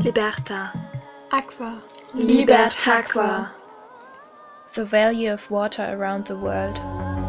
Liberta. Aqua. Libertaqua. The value of water around the world.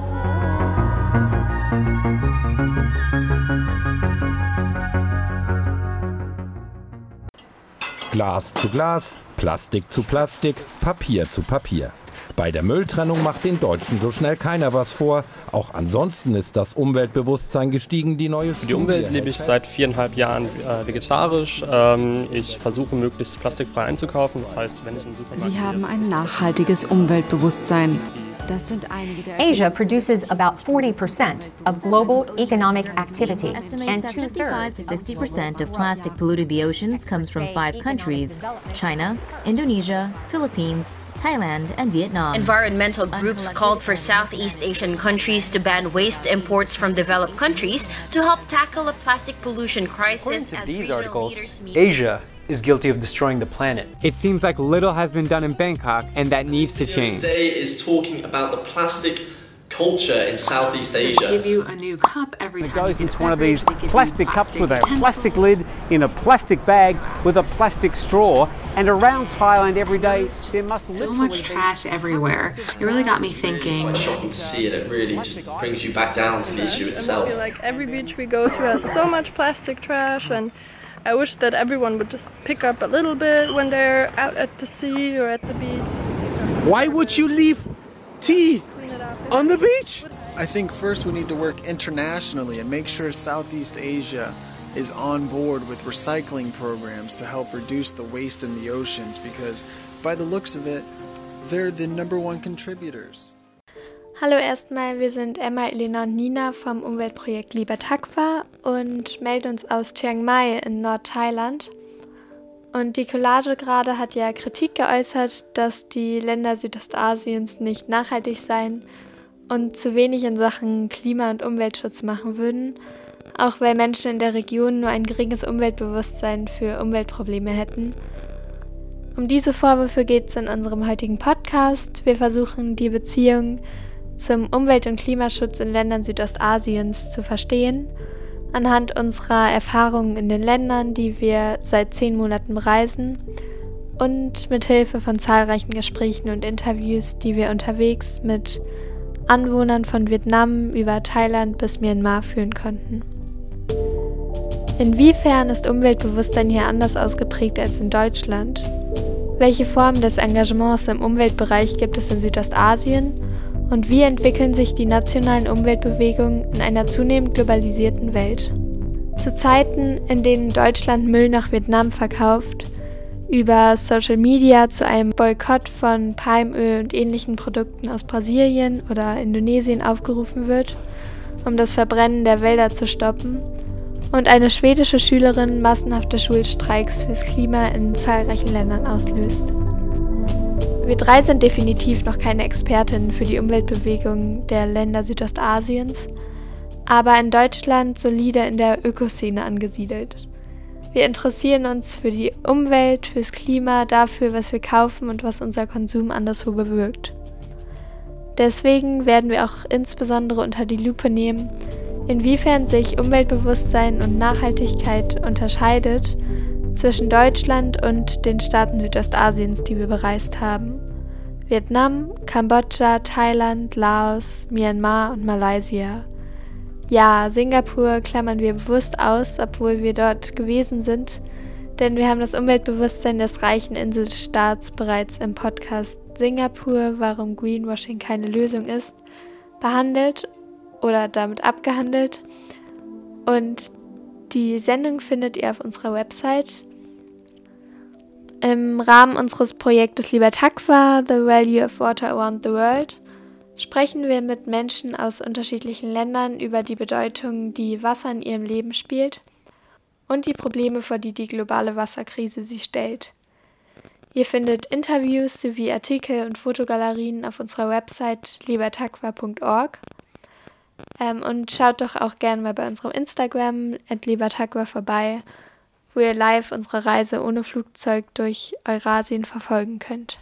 Glas zu Glas, Plastik zu Plastik, Papier zu Papier. Bei der Mülltrennung macht den Deutschen so schnell keiner was vor. Auch ansonsten ist das Umweltbewusstsein gestiegen. Die neue Für die Umwelt lebe ich seit 4,5 Jahren vegetarisch. Ich versuche möglichst plastikfrei einzukaufen. Das heißt, wenn ich in den Supermarkt Sie haben ein nachhaltiges Umweltbewusstsein. Das sind einige der Asia produces about 40% of global economic activity, and 55 to 60% of plastic polluting the oceans comes from 5 countries: China, Indonesia, Philippines, Thailand, and Vietnam. Environmental groups called for Southeast Asian countries to ban waste imports from developed countries to help tackle a plastic pollution crisis. According to these articles, Asia is guilty of destroying the planet. It seems like little has been done in Bangkok, and that needs to change. Today is talking about the plastic culture in Southeast Asia. They give you a new cup every time. It goes into one of these plastic cups with a plastic lid in a plastic bag with a plastic straw. And around Thailand every day, there must so much trash everywhere. It really got me thinking. It's shocking to see it. It really just brings you back down to the issue itself. I feel like every beach we go to has so much plastic trash, and I wish that everyone would just pick up a little bit when they're out at the sea or at the beach. Why would you leave tea on the beach? I think first we need to work internationally and make sure Southeast Asia is on board with recycling programs to help reduce the waste in the oceans, because by the looks of it, they're the #1 contributors. Hallo erstmal, wir sind Emma, Elena und Nina vom Umweltprojekt Libertaqua und melden uns aus Chiang Mai in Nordthailand. Und die Collage gerade hat ja Kritik geäußert, dass die Länder Südostasiens nicht nachhaltig seien und zu wenig in Sachen Klima- und Umweltschutz machen würden, auch weil Menschen in der Region nur ein geringes Umweltbewusstsein für Umweltprobleme hätten. Um diese Vorwürfe geht es in unserem heutigen Podcast. Wir versuchen, die Beziehung zum Umwelt- und Klimaschutz in Ländern Südostasiens zu verstehen, anhand unserer Erfahrungen in den Ländern, die wir seit 10 Monaten bereisen, und mit Hilfe von zahlreichen Gesprächen und Interviews, die wir unterwegs mit Anwohnern von Vietnam über Thailand bis Myanmar führen konnten. Inwiefern ist Umweltbewusstsein hier anders ausgeprägt als in Deutschland? Welche Formen des Engagements im Umweltbereich gibt es in Südostasien? Und wie entwickeln sich die nationalen Umweltbewegungen in einer zunehmend globalisierten Welt? Zu Zeiten, in denen Deutschland Müll nach Vietnam verkauft, über Social Media zu einem Boykott von Palmöl und ähnlichen Produkten aus Brasilien oder Indonesien aufgerufen wird, um das Verbrennen der Wälder zu stoppen, und eine schwedische Schülerin massenhafte Schulstreiks fürs Klima in zahlreichen Ländern auslöst. Wir 3 sind definitiv noch keine Expertinnen für die Umweltbewegung der Länder Südostasiens, aber in Deutschland solide in der Ökoszene angesiedelt. Wir interessieren uns für die Umwelt, fürs Klima, dafür, was wir kaufen und was unser Konsum anderswo bewirkt. Deswegen werden wir auch insbesondere unter die Lupe nehmen, inwiefern sich Umweltbewusstsein und Nachhaltigkeit unterscheidet zwischen Deutschland und den Staaten Südostasiens, die wir bereist haben: Vietnam, Kambodscha, Thailand, Laos, Myanmar und Malaysia. Ja, Singapur klammern wir bewusst aus, obwohl wir dort gewesen sind, denn wir haben das Umweltbewusstsein des reichen Inselstaats bereits im Podcast Singapur, warum Greenwashing keine Lösung ist, behandelt oder damit abgehandelt. Und die Sendung findet ihr auf unserer Website. Im Rahmen unseres Projektes Libertaqua, The Value of Water Around the World, sprechen wir mit Menschen aus unterschiedlichen Ländern über die Bedeutung, die Wasser in ihrem Leben spielt und die Probleme, vor die die globale Wasserkrise sie stellt. Ihr findet Interviews sowie Artikel und Fotogalerien auf unserer Website libertaqua.org. Und schaut doch auch gerne mal bei unserem Instagram @libertaqua vorbei, wo ihr live unsere Reise ohne Flugzeug durch Eurasien verfolgen könnt.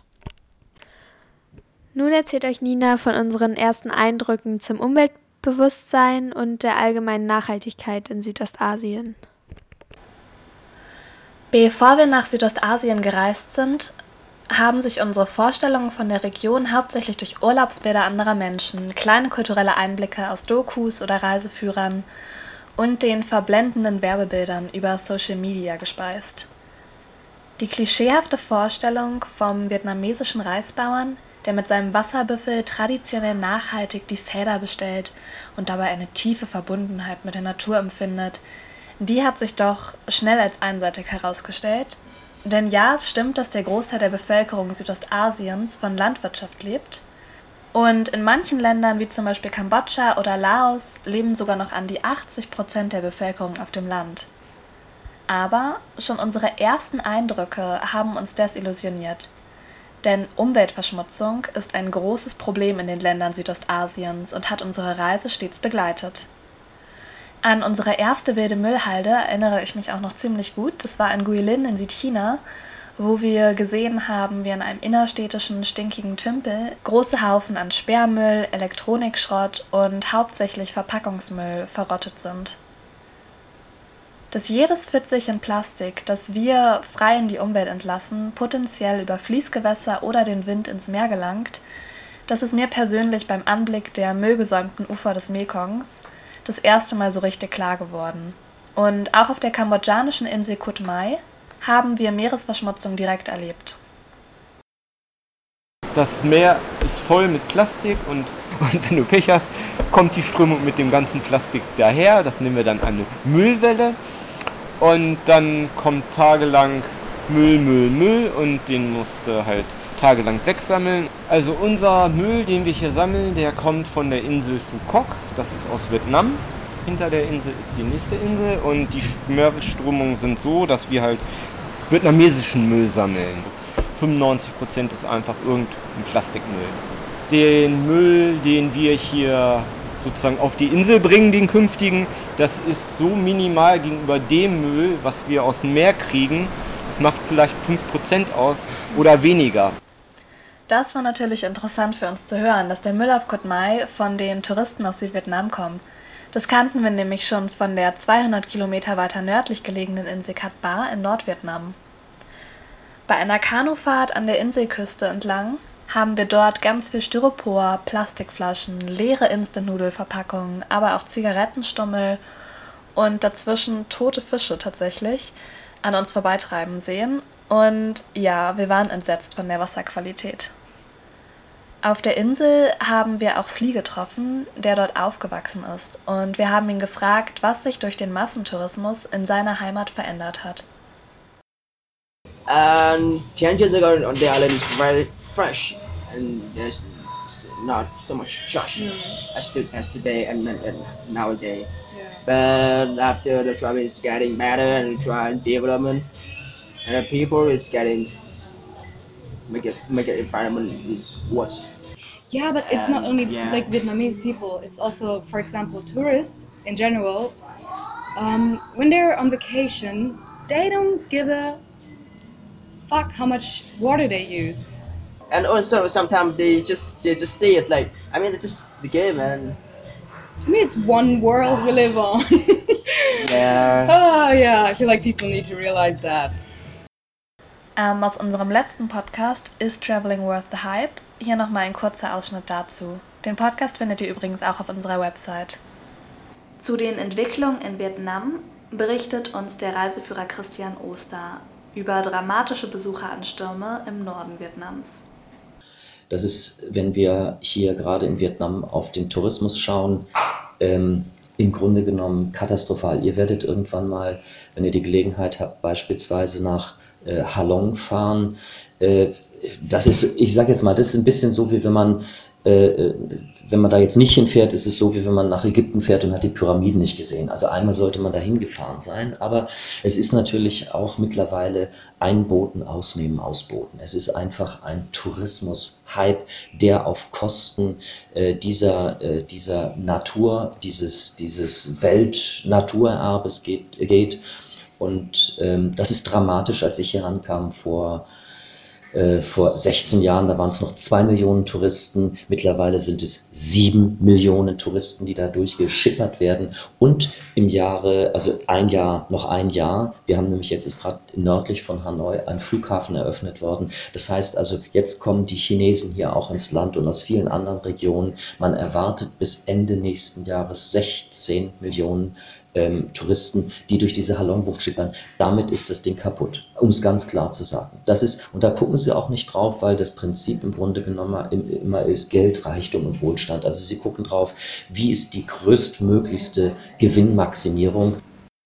Nun erzählt euch Nina von unseren ersten Eindrücken zum Umweltbewusstsein und der allgemeinen Nachhaltigkeit in Südostasien. Bevor wir nach Südostasien gereist sind, haben sich unsere Vorstellungen von der Region hauptsächlich durch Urlaubsbilder anderer Menschen, kleine kulturelle Einblicke aus Dokus oder Reiseführern und den verblendenden Werbebildern über Social Media gespeist. Die klischeehafte Vorstellung vom vietnamesischen Reisbauern, der mit seinem Wasserbüffel traditionell nachhaltig die Felder bestellt und dabei eine tiefe Verbundenheit mit der Natur empfindet, die hat sich doch schnell als einseitig herausgestellt. Denn ja, es stimmt, dass der Großteil der Bevölkerung Südostasiens von Landwirtschaft lebt. Und in manchen Ländern, wie zum Beispiel Kambodscha oder Laos, leben sogar noch an die 80% der Bevölkerung auf dem Land. Aber schon unsere ersten Eindrücke haben uns desillusioniert. Denn Umweltverschmutzung ist ein großes Problem in den Ländern Südostasiens und hat unsere Reise stets begleitet. An unsere erste wilde Müllhalde erinnere ich mich auch noch ziemlich gut. Das war in Guilin in Südchina, wo wir gesehen haben, wie in einem innerstädtischen, stinkigen Tümpel große Haufen an Sperrmüll, Elektronikschrott und hauptsächlich Verpackungsmüll verrottet sind. Dass jedes Fitzelchen Plastik, das wir frei in die Umwelt entlassen, potenziell über Fließgewässer oder den Wind ins Meer gelangt, das ist mir persönlich beim Anblick der müllgesäumten Ufer des Mekongs das erste Mal so richtig klar geworden. Und auch auf der kambodschanischen Insel Koh Tao haben wir Meeresverschmutzung direkt erlebt. Das Meer ist voll mit Plastik und wenn du Pech hast, kommt die Strömung mit dem ganzen Plastik daher. Das nennen wir dann eine Müllwelle. Und dann kommt tagelang Müll und den musst du halt tagelang wegsammeln. Also unser Müll, den wir hier sammeln, der kommt von der Insel Phu Quoc, das ist aus Vietnam. Hinter der Insel ist die nächste Insel und die Meeresströmungen sind so, dass wir halt vietnamesischen Müll sammeln. 95% ist einfach irgendein Plastikmüll. Den Müll, den wir hier sozusagen auf die Insel bringen, den künftigen, das ist so minimal gegenüber dem Müll, was wir aus dem Meer kriegen. Das macht vielleicht 5% aus oder weniger. Das war natürlich interessant für uns zu hören, dass der Müll auf Koh Tao von den Touristen aus Südvietnam kommt. Das kannten wir nämlich schon von der 200 Kilometer weiter nördlich gelegenen Insel Cat Ba in Nordvietnam. Bei einer Kanufahrt an der Inselküste entlang haben wir dort ganz viel Styropor, Plastikflaschen, leere Instant-Nudelverpackungen, aber auch Zigarettenstummel und dazwischen tote Fische tatsächlich an uns vorbeitreiben sehen. Und ja, wir waren entsetzt von der Wasserqualität. Auf der Insel haben wir auch Slee getroffen, der dort aufgewachsen ist. Und wir haben ihn gefragt, was sich durch den Massentourismus in seiner Heimat verändert hat. 10 years ago on the island is very fresh and there's not so much trash as today and nowadays. But after the travel is getting better and the development and the people is getting make the environment is worse. Yeah, but it's not only like Vietnamese people. It's also, for example, tourists in general. When they're on vacation, they don't give a fuck how much water they use. And also sometimes they just see it like, I mean, it's just the game, and I mean, it's one world we live on. Yeah. Oh yeah, I feel like people need to realize that. Aus unserem letzten Podcast Is Traveling Worth the Hype? Hier nochmal ein kurzer Ausschnitt dazu. Den Podcast findet ihr übrigens auch auf unserer Website. Zu den Entwicklungen in Vietnam berichtet uns der Reiseführer Christian Oster über dramatische Besucheranstürme im Norden Vietnams. Das ist, wenn wir hier gerade in Vietnam auf den Tourismus schauen, im Grunde genommen katastrophal. Ihr werdet irgendwann mal, wenn ihr die Gelegenheit habt, beispielsweise nach Halong fahren. Das ist, ich sage jetzt mal, das ist ein bisschen so, wie wenn man da jetzt nicht hinfährt, ist es so, wie wenn man nach Ägypten fährt und hat die Pyramiden nicht gesehen. Also einmal sollte man da hingefahren sein, aber es ist natürlich auch mittlerweile einboten, ausnehmen, ausboten. Es ist einfach ein Tourismus-Hype, der auf Kosten dieser Natur, dieses Weltnaturerbes geht. Und das ist dramatisch. Als ich hier ankam vor Vor 16 Jahren, da waren es noch 2 Millionen Touristen. Mittlerweile sind es 7 Millionen Touristen, die da durchgeschippert werden. Und im Jahre, also noch ein Jahr, wir haben nämlich jetzt ist gerade nördlich von Hanoi ein Flughafen eröffnet worden. Das heißt also, jetzt kommen die Chinesen hier auch ins Land und aus vielen anderen Regionen. Man erwartet bis Ende nächsten Jahres 16 Millionen Touristen, die durch diese Halongbucht schippern. Damit ist das Ding kaputt, um es ganz klar zu sagen. Und da gucken sie auch nicht drauf, weil das Prinzip im Grunde genommen immer ist Geld, Reichtum und Wohlstand. Also sie gucken drauf, wie ist die größtmöglichste Gewinnmaximierung.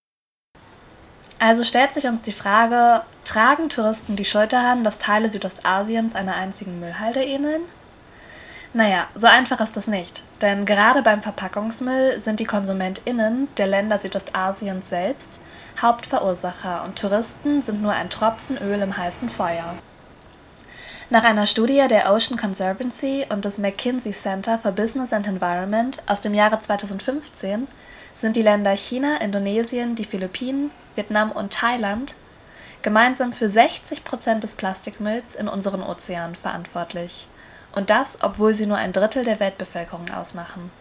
Also stellt sich uns die Frage, tragen Touristen die Schuld daran, dass Teile Südostasiens einer einzigen Müllhalde ähneln? Naja, so einfach ist das nicht, denn gerade beim Verpackungsmüll sind die KonsumentInnen der Länder Südostasiens selbst Hauptverursacher und Touristen sind nur ein Tropfen Öl im heißen Feuer. Nach einer Studie der Ocean Conservancy und des McKinsey Center for Business and Environment aus dem Jahre 2015 sind die Länder China, Indonesien, die Philippinen, Vietnam und Thailand gemeinsam für 60% des Plastikmülls in unseren Ozeanen verantwortlich. Und das, obwohl sie nur ein Drittel der Weltbevölkerung ausmachen.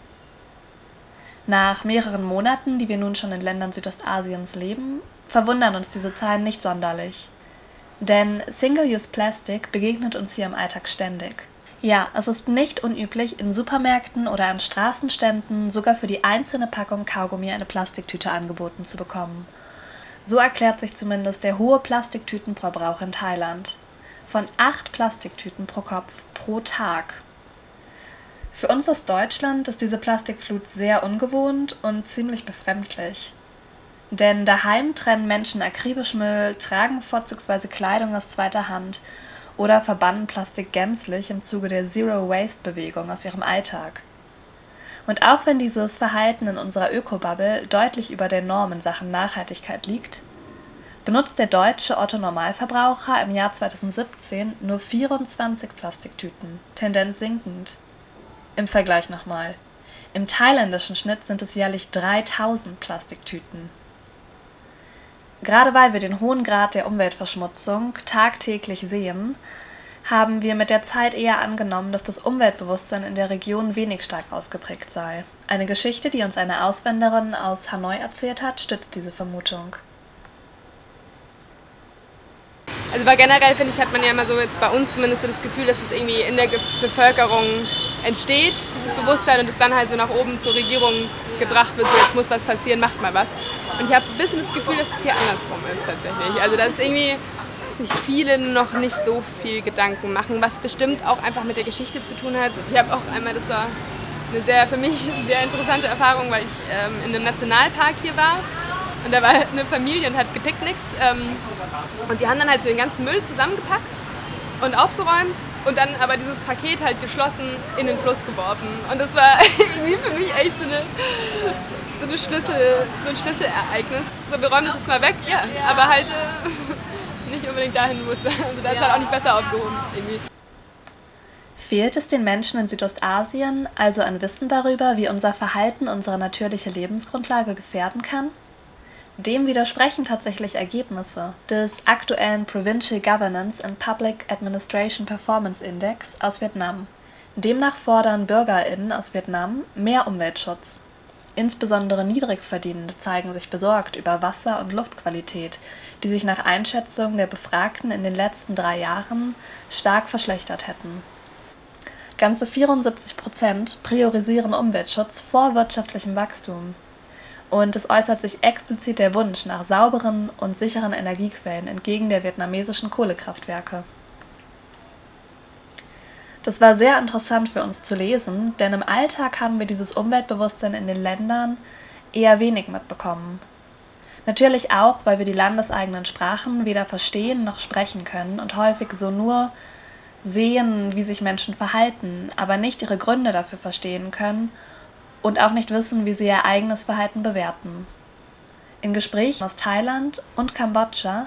Nach mehreren Monaten, die wir nun schon in Ländern Südostasiens leben, verwundern uns diese Zahlen nicht sonderlich. Denn Single-Use-Plastic begegnet uns hier im Alltag ständig. Ja, es ist nicht unüblich, in Supermärkten oder an Straßenständen sogar für die einzelne Packung Kaugummi eine Plastiktüte angeboten zu bekommen. So erklärt sich zumindest der hohe Plastiktütenverbrauch in Thailand. Von 8 Plastiktüten pro Kopf pro Tag. Für uns aus Deutschland ist diese Plastikflut sehr ungewohnt und ziemlich befremdlich. Denn daheim trennen Menschen akribisch Müll, tragen vorzugsweise Kleidung aus zweiter Hand oder verbannen Plastik gänzlich im Zuge der Zero-Waste-Bewegung aus ihrem Alltag. Und auch wenn dieses Verhalten in unserer Öko-Bubble deutlich über der Norm in Sachen Nachhaltigkeit liegt, benutzt der deutsche Otto-Normalverbraucher im Jahr 2017 nur 24 Plastiktüten, Tendenz sinkend. Im Vergleich nochmal. Im thailändischen Schnitt sind es jährlich 3000 Plastiktüten. Gerade weil wir den hohen Grad der Umweltverschmutzung tagtäglich sehen, haben wir mit der Zeit eher angenommen, dass das Umweltbewusstsein in der Region wenig stark ausgeprägt sei. Eine Geschichte, die uns eine Auswanderin aus Hanoi erzählt hat, stützt diese Vermutung. Also weil generell, finde ich, hat man ja immer so jetzt bei uns zumindest so das Gefühl, dass es irgendwie in der Bevölkerung entsteht, dieses Bewusstsein, und es dann halt so nach oben zur Regierung gebracht wird, so jetzt muss was passieren, macht mal was. Und ich habe ein bisschen das Gefühl, dass es hier andersrum ist tatsächlich. Also dass irgendwie sich viele noch nicht so viel Gedanken machen, was bestimmt auch einfach mit der Geschichte zu tun hat. Ich habe auch einmal, das war eine für mich sehr interessante Erfahrung, weil ich in einem Nationalpark hier war. Und da war eine Familie und hat gepicknickt und die haben dann halt so den ganzen Müll zusammengepackt und aufgeräumt und dann aber dieses Paket halt geschlossen in den Fluss geworfen. Und das war irgendwie für mich echt so ein Schlüsselereignis. So, wir räumen das jetzt mal weg, ja, aber halt nicht unbedingt dahin, wo es also da ist halt auch nicht besser aufgehoben irgendwie. Fehlt es den Menschen in Südostasien also an Wissen darüber, wie unser Verhalten unsere natürliche Lebensgrundlage gefährden kann? Dem widersprechen tatsächlich Ergebnisse des aktuellen Provincial Governance and Public Administration Performance Index aus Vietnam. Demnach fordern BürgerInnen aus Vietnam mehr Umweltschutz. Insbesondere Niedrigverdienende zeigen sich besorgt über Wasser- und Luftqualität, die sich nach Einschätzung der Befragten in den letzten 3 Jahren stark verschlechtert hätten. Ganze 74% priorisieren Umweltschutz vor wirtschaftlichem Wachstum. Und es äußert sich explizit der Wunsch nach sauberen und sicheren Energiequellen entgegen der vietnamesischen Kohlekraftwerke. Das war sehr interessant für uns zu lesen, denn im Alltag haben wir dieses Umweltbewusstsein in den Ländern eher wenig mitbekommen. Natürlich auch, weil wir die landeseigenen Sprachen weder verstehen noch sprechen können und häufig so nur sehen, wie sich Menschen verhalten, aber nicht ihre Gründe dafür verstehen können und auch nicht wissen, wie sie ihr eigenes Verhalten bewerten. In Gesprächen aus Thailand und Kambodscha,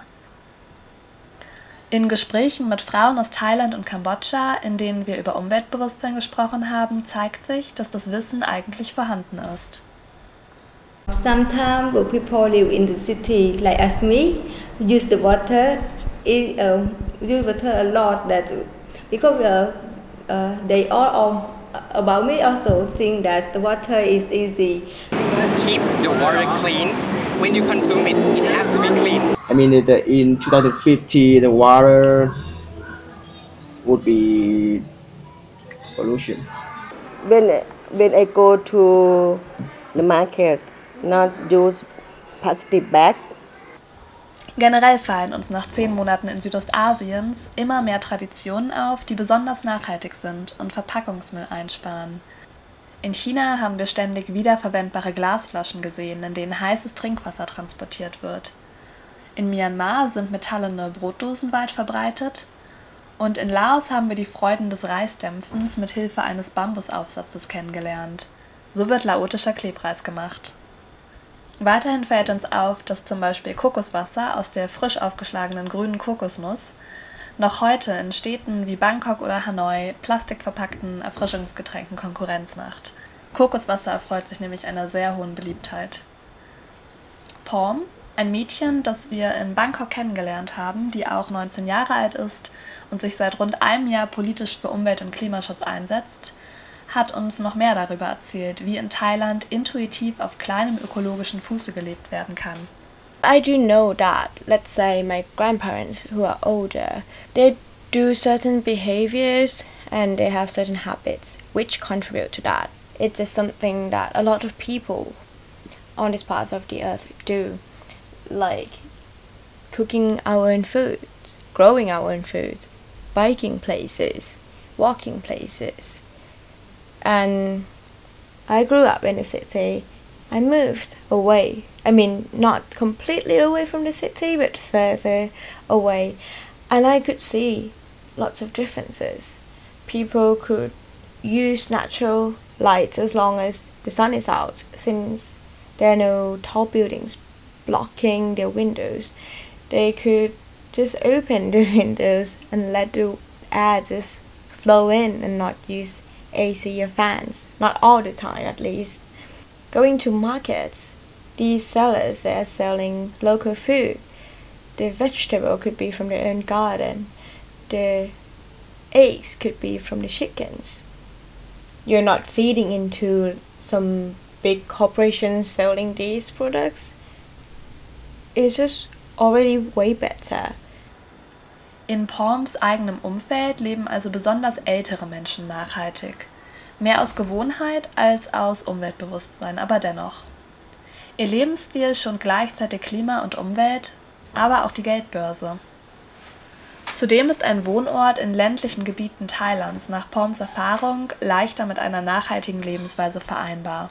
mit Frauen aus Thailand und Kambodscha, in denen wir über Umweltbewusstsein gesprochen haben, zeigt sich, dass das Wissen eigentlich vorhanden ist. Sometimes when people live in the city like as me, use the water agree with her a lot that because they all about me also think that the water is easy. Keep the water clean. When you consume it, it has to be clean. I mean, in 2050, the water would be pollution. When I go to the market, not use plastic bags. Generell fallen uns nach 10 Monaten in Südostasiens immer mehr Traditionen auf, die besonders nachhaltig sind und Verpackungsmüll einsparen. In China haben wir ständig wiederverwendbare Glasflaschen gesehen, in denen heißes Trinkwasser transportiert wird. In Myanmar sind metallene Brotdosen weit verbreitet. Und in Laos haben wir die Freuden des Reisdämpfens mit Hilfe eines Bambusaufsatzes kennengelernt. So wird laotischer Klebreis gemacht. Weiterhin fällt uns auf, dass zum Beispiel Kokoswasser aus der frisch aufgeschlagenen grünen Kokosnuss noch heute in Städten wie Bangkok oder Hanoi plastikverpackten Erfrischungsgetränken Konkurrenz macht. Kokoswasser erfreut sich nämlich einer sehr hohen Beliebtheit. Porm, ein Mädchen, das wir in Bangkok kennengelernt haben, die auch 19 Jahre alt ist und sich seit rund einem Jahr politisch für Umwelt- und Klimaschutz einsetzt, hat uns noch mehr darüber erzählt, wie in Thailand intuitiv auf kleinem ökologischen Fuße gelebt werden kann. I do know that, let's say my grandparents who are older, they do certain behaviors and they have certain habits which contribute to that. It is something that a lot of people on this part of the earth do, like cooking our own food, growing our own food, biking places, walking places. And I grew up in the city. I moved away. I mean, not completely away from the city, but further away. And I could see lots of differences. People could use natural lights as long as the sun is out, since there are no tall buildings blocking their windows. They could just open the windows and let the air just flow in and not use AC or fans, not all the time at least. Going to markets, these sellers are selling local food. The vegetable could be from their own garden. The eggs could be from the chickens. You're not feeding into some big corporations selling these products. It's just already way better. In Porms eigenem Umfeld leben also besonders ältere Menschen nachhaltig. Mehr aus Gewohnheit als aus Umweltbewusstsein, aber dennoch. Ihr Lebensstil schont gleichzeitig Klima und Umwelt, aber auch die Geldbörse. Zudem ist ein Wohnort in ländlichen Gebieten Thailands nach Porms Erfahrung leichter mit einer nachhaltigen Lebensweise vereinbar.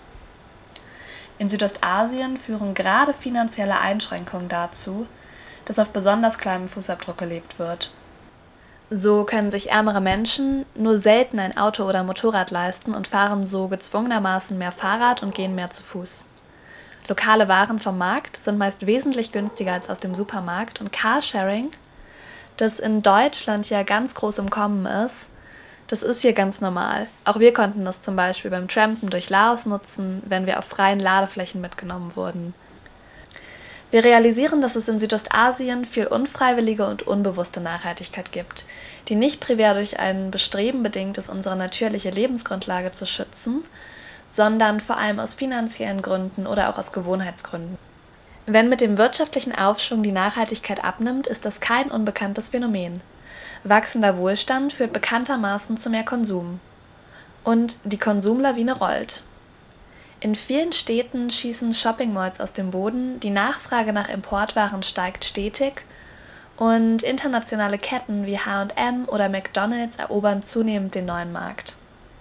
In Südostasien führen gerade finanzielle Einschränkungen dazu, dass auf besonders kleinem Fußabdruck gelebt wird. So können sich ärmere Menschen nur selten ein Auto oder Motorrad leisten und fahren so gezwungenermaßen mehr Fahrrad und gehen mehr zu Fuß. Lokale Waren vom Markt sind meist wesentlich günstiger als aus dem Supermarkt und Carsharing, das in Deutschland ja ganz groß im Kommen ist, das ist hier ganz normal. Auch wir konnten das zum Beispiel beim Trampen durch Laos nutzen, wenn wir auf freien Ladeflächen mitgenommen wurden. Wir realisieren, dass es in Südostasien viel unfreiwillige und unbewusste Nachhaltigkeit gibt, die nicht primär durch ein Bestreben bedingt ist, unsere natürliche Lebensgrundlage zu schützen, sondern vor allem aus finanziellen Gründen oder auch aus Gewohnheitsgründen. Wenn mit dem wirtschaftlichen Aufschwung die Nachhaltigkeit abnimmt, ist das kein unbekanntes Phänomen. Wachsender Wohlstand führt bekanntermaßen zu mehr Konsum. Und die Konsumlawine rollt. In vielen Städten schießen Shopping-Malls aus dem Boden, die Nachfrage nach Importwaren steigt stetig und internationale Ketten wie H&M oder McDonald's erobern zunehmend den neuen Markt.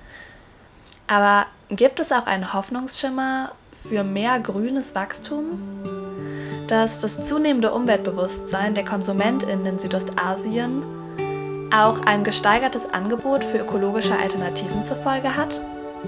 Aber gibt es auch einen Hoffnungsschimmer für mehr grünes Wachstum? Dass das zunehmende Umweltbewusstsein der KonsumentInnen in Südostasien auch ein gesteigertes Angebot für ökologische Alternativen zur Folge hat?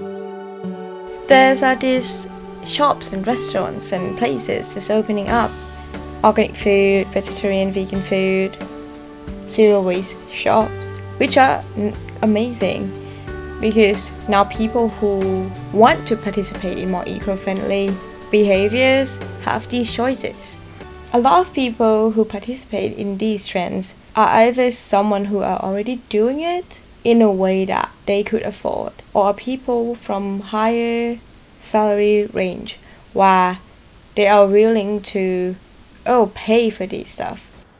There's these shops and restaurants and places just opening up. Organic food, vegetarian, vegan food, zero waste shops, which are amazing because now people who want to participate in more eco-friendly behaviors have these choices. A lot of people who participate in these trends are either someone who are already doing it in a way that they could afford, or people from higher salary range where they are willing to pay for this stuff.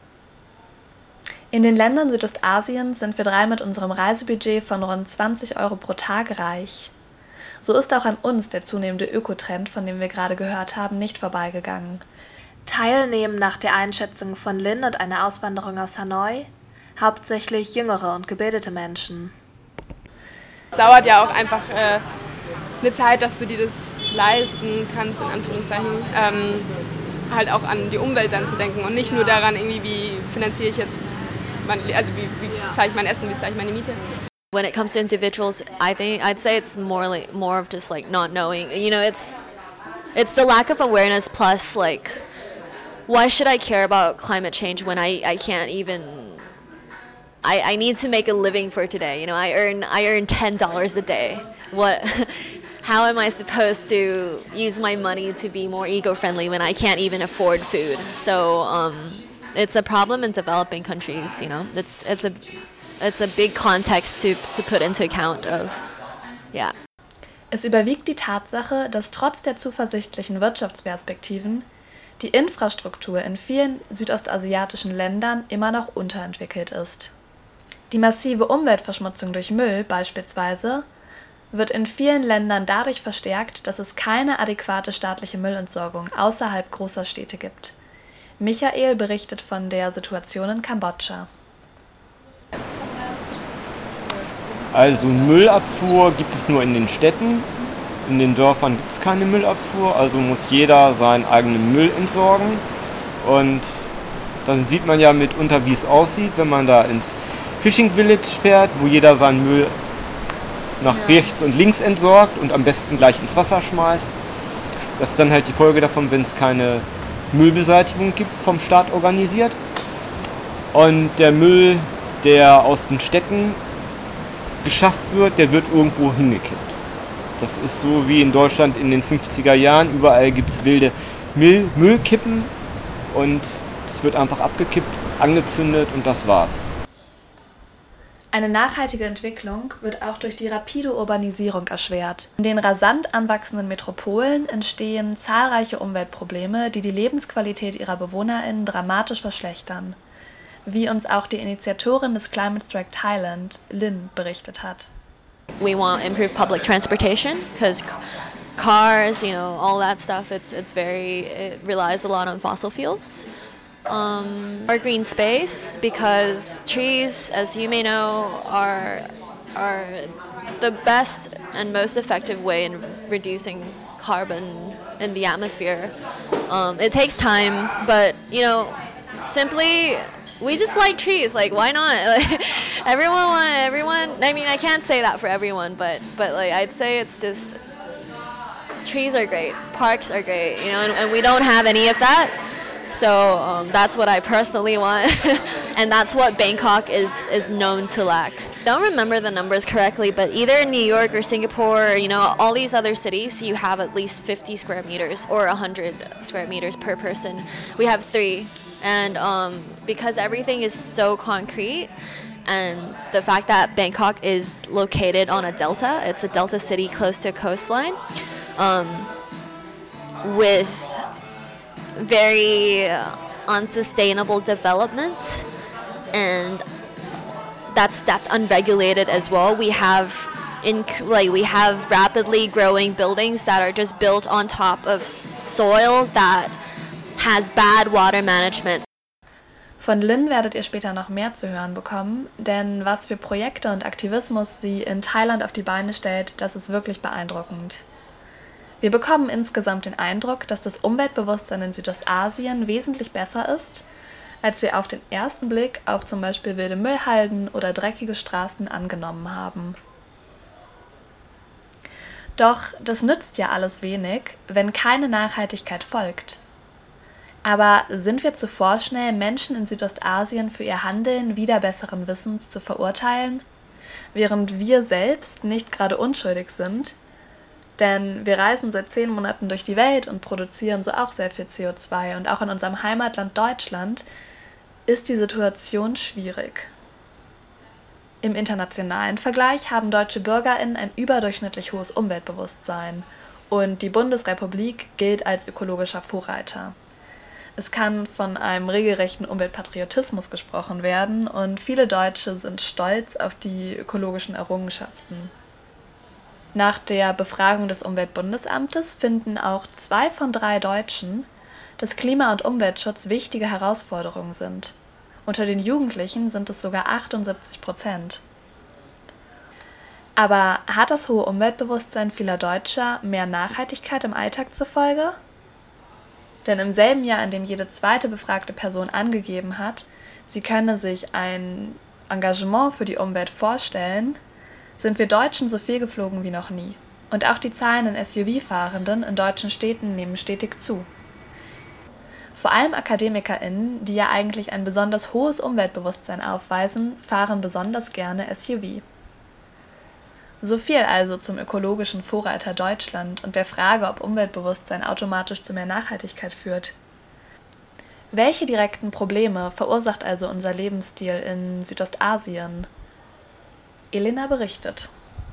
In den Ländern Südostasiens sind wir 3 mit unserem Reisebudget von rund 20 € pro Tag reich. So ist auch an uns der zunehmende Ökotrend, von dem wir gerade gehört haben, nicht vorbeigegangen. Teilnehmen nach der Einschätzung von Lynn und einer Auswanderung aus Hanoi hauptsächlich jüngere und gebildete Menschen. Es dauert ja auch einfach eine Zeit, dass du dir das leisten kannst, in Anführungszeichen, halt auch an die Umwelt dann zu denken und nicht nur daran, irgendwie, wie finanziere ich jetzt, wie zahle ich mein Essen, wie zahle ich meine Miete. When it comes to individuals, I'd say it's more of just like not knowing. You know, it's the lack of awareness plus like, why should I care about climate change when I can't even. I need to make a living for today. You know, I earn $10 a day. How am I supposed to use my money to be more eco-friendly when I can't even afford food? So it's a problem in developing countries. You know, it's a big context to put into account of. Yeah. Es überwiegt die Tatsache, dass trotz der zuversichtlichen Wirtschaftsperspektiven die Infrastruktur in vielen südostasiatischen Ländern immer noch unterentwickelt ist. Die massive Umweltverschmutzung durch Müll beispielsweise wird in vielen Ländern dadurch verstärkt, dass es keine adäquate staatliche Müllentsorgung außerhalb großer Städte gibt. Michael berichtet von der Situation in Kambodscha. Also Müllabfuhr gibt es nur in den Städten. In den Dörfern gibt es keine Müllabfuhr, also muss jeder seinen eigenen Müll entsorgen. Und dann sieht man ja mitunter, wie es aussieht, wenn man da ins Fishing Village fährt, wo jeder seinen Müll nach rechts und links entsorgt und am besten gleich ins Wasser schmeißt. Das ist dann halt die Folge davon, wenn es keine Müllbeseitigung gibt, vom Staat organisiert. Und der Müll, der aus den Städten geschafft wird, der wird irgendwo hingekippt. Das ist so wie in Deutschland in den 50er Jahren. Überall gibt es wilde Müllkippen und das wird einfach abgekippt, angezündet und das war's. Eine nachhaltige Entwicklung wird auch durch die rapide Urbanisierung erschwert. In den rasant anwachsenden Metropolen entstehen zahlreiche Umweltprobleme, die die Lebensqualität ihrer BewohnerInnen dramatisch verschlechtern, wie uns auch die Initiatorin des Climate Strike Thailand, Lynn, berichtet hat. We want improved public transportation because cars, you know, all that stuff, it relies a lot on fossil fuels. Our green space, because trees, as you may know, are the best and most effective way in reducing carbon in the atmosphere. It takes time, but you know, simply we just like trees. Like, why not? Like, everyone. I mean, I can't say that for everyone, but like I'd say it's just trees are great, parks are great, you know, and we don't have any of that. So that's what I personally want, and that's what Bangkok is known to lack. I don't remember the numbers correctly, but either in New York or Singapore, or, you know, all these other cities, you have at least 50 square meters or 100 square meters per person. We have 3, and because everything is so concrete, and the fact that Bangkok is located on a delta, it's a delta city close to a coastline, with very unsustainable development, and that's unregulated as well. We have rapidly growing buildings that are just built on top of soil that has bad water management. Von Lynn werdet ihr später noch mehr zu hören bekommen, denn was für Projekte und Aktivismus sie in Thailand auf die Beine stellt, das ist wirklich beeindruckend. Wir bekommen insgesamt den Eindruck, dass das Umweltbewusstsein in Südostasien wesentlich besser ist, als wir auf den ersten Blick auf zum Beispiel wilde Müllhalden oder dreckige Straßen angenommen haben. Doch das nützt ja alles wenig, wenn keine Nachhaltigkeit folgt. Aber sind wir zu vorschnell, Menschen in Südostasien für ihr Handeln wider besseren Wissens zu verurteilen, während wir selbst nicht gerade unschuldig sind? Denn wir reisen seit 10 Monaten durch die Welt und produzieren so auch sehr viel CO2. Und auch in unserem Heimatland Deutschland ist die Situation schwierig. Im internationalen Vergleich haben deutsche BürgerInnen ein überdurchschnittlich hohes Umweltbewusstsein und die Bundesrepublik gilt als ökologischer Vorreiter. Es kann von einem regelrechten Umweltpatriotismus gesprochen werden und viele Deutsche sind stolz auf die ökologischen Errungenschaften. Nach der Befragung des Umweltbundesamtes finden auch 2 von 3 Deutschen, dass Klima- und Umweltschutz wichtige Herausforderungen sind. Unter den Jugendlichen sind es sogar 78%. Aber hat das hohe Umweltbewusstsein vieler Deutscher mehr Nachhaltigkeit im Alltag zur Folge? Denn im selben Jahr, in dem jede zweite befragte Person angegeben hat, sie könne sich ein Engagement für die Umwelt vorstellen, sind wir Deutschen so viel geflogen wie noch nie. Und auch die Zahlen an SUV-Fahrenden in deutschen Städten nehmen stetig zu. Vor allem AkademikerInnen, die ja eigentlich ein besonders hohes Umweltbewusstsein aufweisen, fahren besonders gerne SUV. So viel also zum ökologischen Vorreiter Deutschland und der Frage, ob Umweltbewusstsein automatisch zu mehr Nachhaltigkeit führt. Welche direkten Probleme verursacht also unser Lebensstil in Südostasien? Elena berichtet.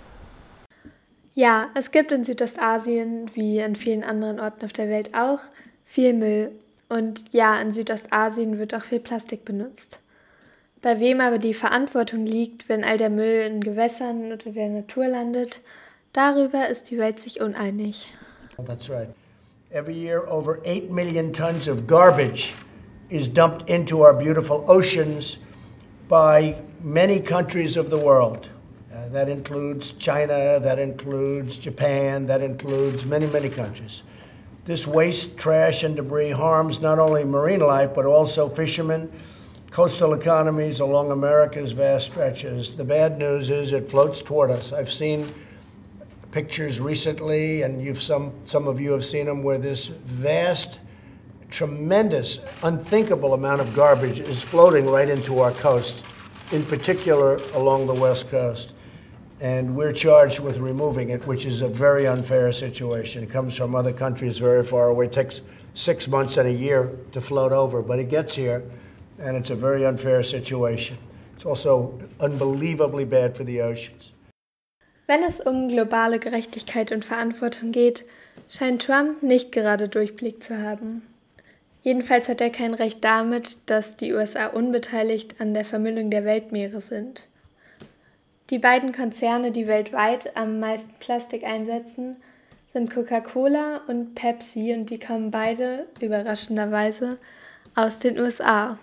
Ja, es gibt in Südostasien, wie an vielen anderen Orten auf der Welt auch, viel Müll. Und ja, in Südostasien wird auch viel Plastik benutzt. Bei wem aber die Verantwortung liegt, wenn all der Müll in Gewässern oder der Natur landet, darüber ist die Welt sich uneinig. That's right. Every year over 8 million tons of garbage is dumped into our beautiful oceans by many countries of the world. That includes China, that includes Japan, that includes many, many countries. This waste, trash, and debris harms not only marine life, but also fishermen, coastal economies along America's vast stretches. The bad news is it floats toward us. I've seen pictures recently, and some of you have seen them, where this vast, tremendous, unthinkable amount of garbage is floating right into our coast, in particular along the West Coast. And we're charged with removing it, which is a very unfair situation. It comes from other countries very far away. It takes 6 months and a year to float over, but it gets here, and it's a very unfair situation. It's also unbelievably bad for the oceans. Wenn es um globale Gerechtigkeit und Verantwortung geht, scheint Trump nicht gerade Durchblick zu haben. Jedenfalls hat er kein Recht damit, dass die USA unbeteiligt an der Vermüllung der Weltmeere sind. Die beiden Konzerne, die weltweit am meisten Plastik einsetzen, sind Coca-Cola und Pepsi, und die kommen beide, überraschenderweise, aus den USA.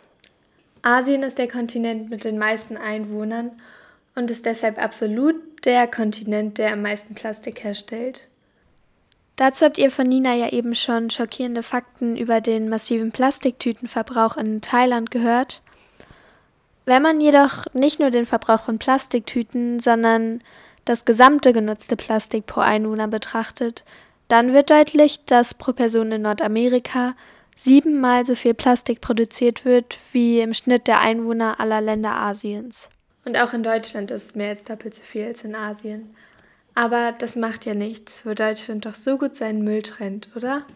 Asien ist der Kontinent mit den meisten Einwohnern und ist deshalb absolut der Kontinent, der am meisten Plastik herstellt. Dazu habt ihr von Nina ja eben schon schockierende Fakten über den massiven Plastiktütenverbrauch in Thailand gehört. Wenn man jedoch nicht nur den Verbrauch von Plastiktüten, sondern das gesamte genutzte Plastik pro Einwohner betrachtet, dann wird deutlich, dass pro Person in Nordamerika 7-mal so viel Plastik produziert wird wie im Schnitt der Einwohner aller Länder Asiens. Und auch in Deutschland ist es mehr als doppelt so viel als in Asien. Aber das macht ja nichts, wo Deutschland doch so gut seinen Müll trennt, oder?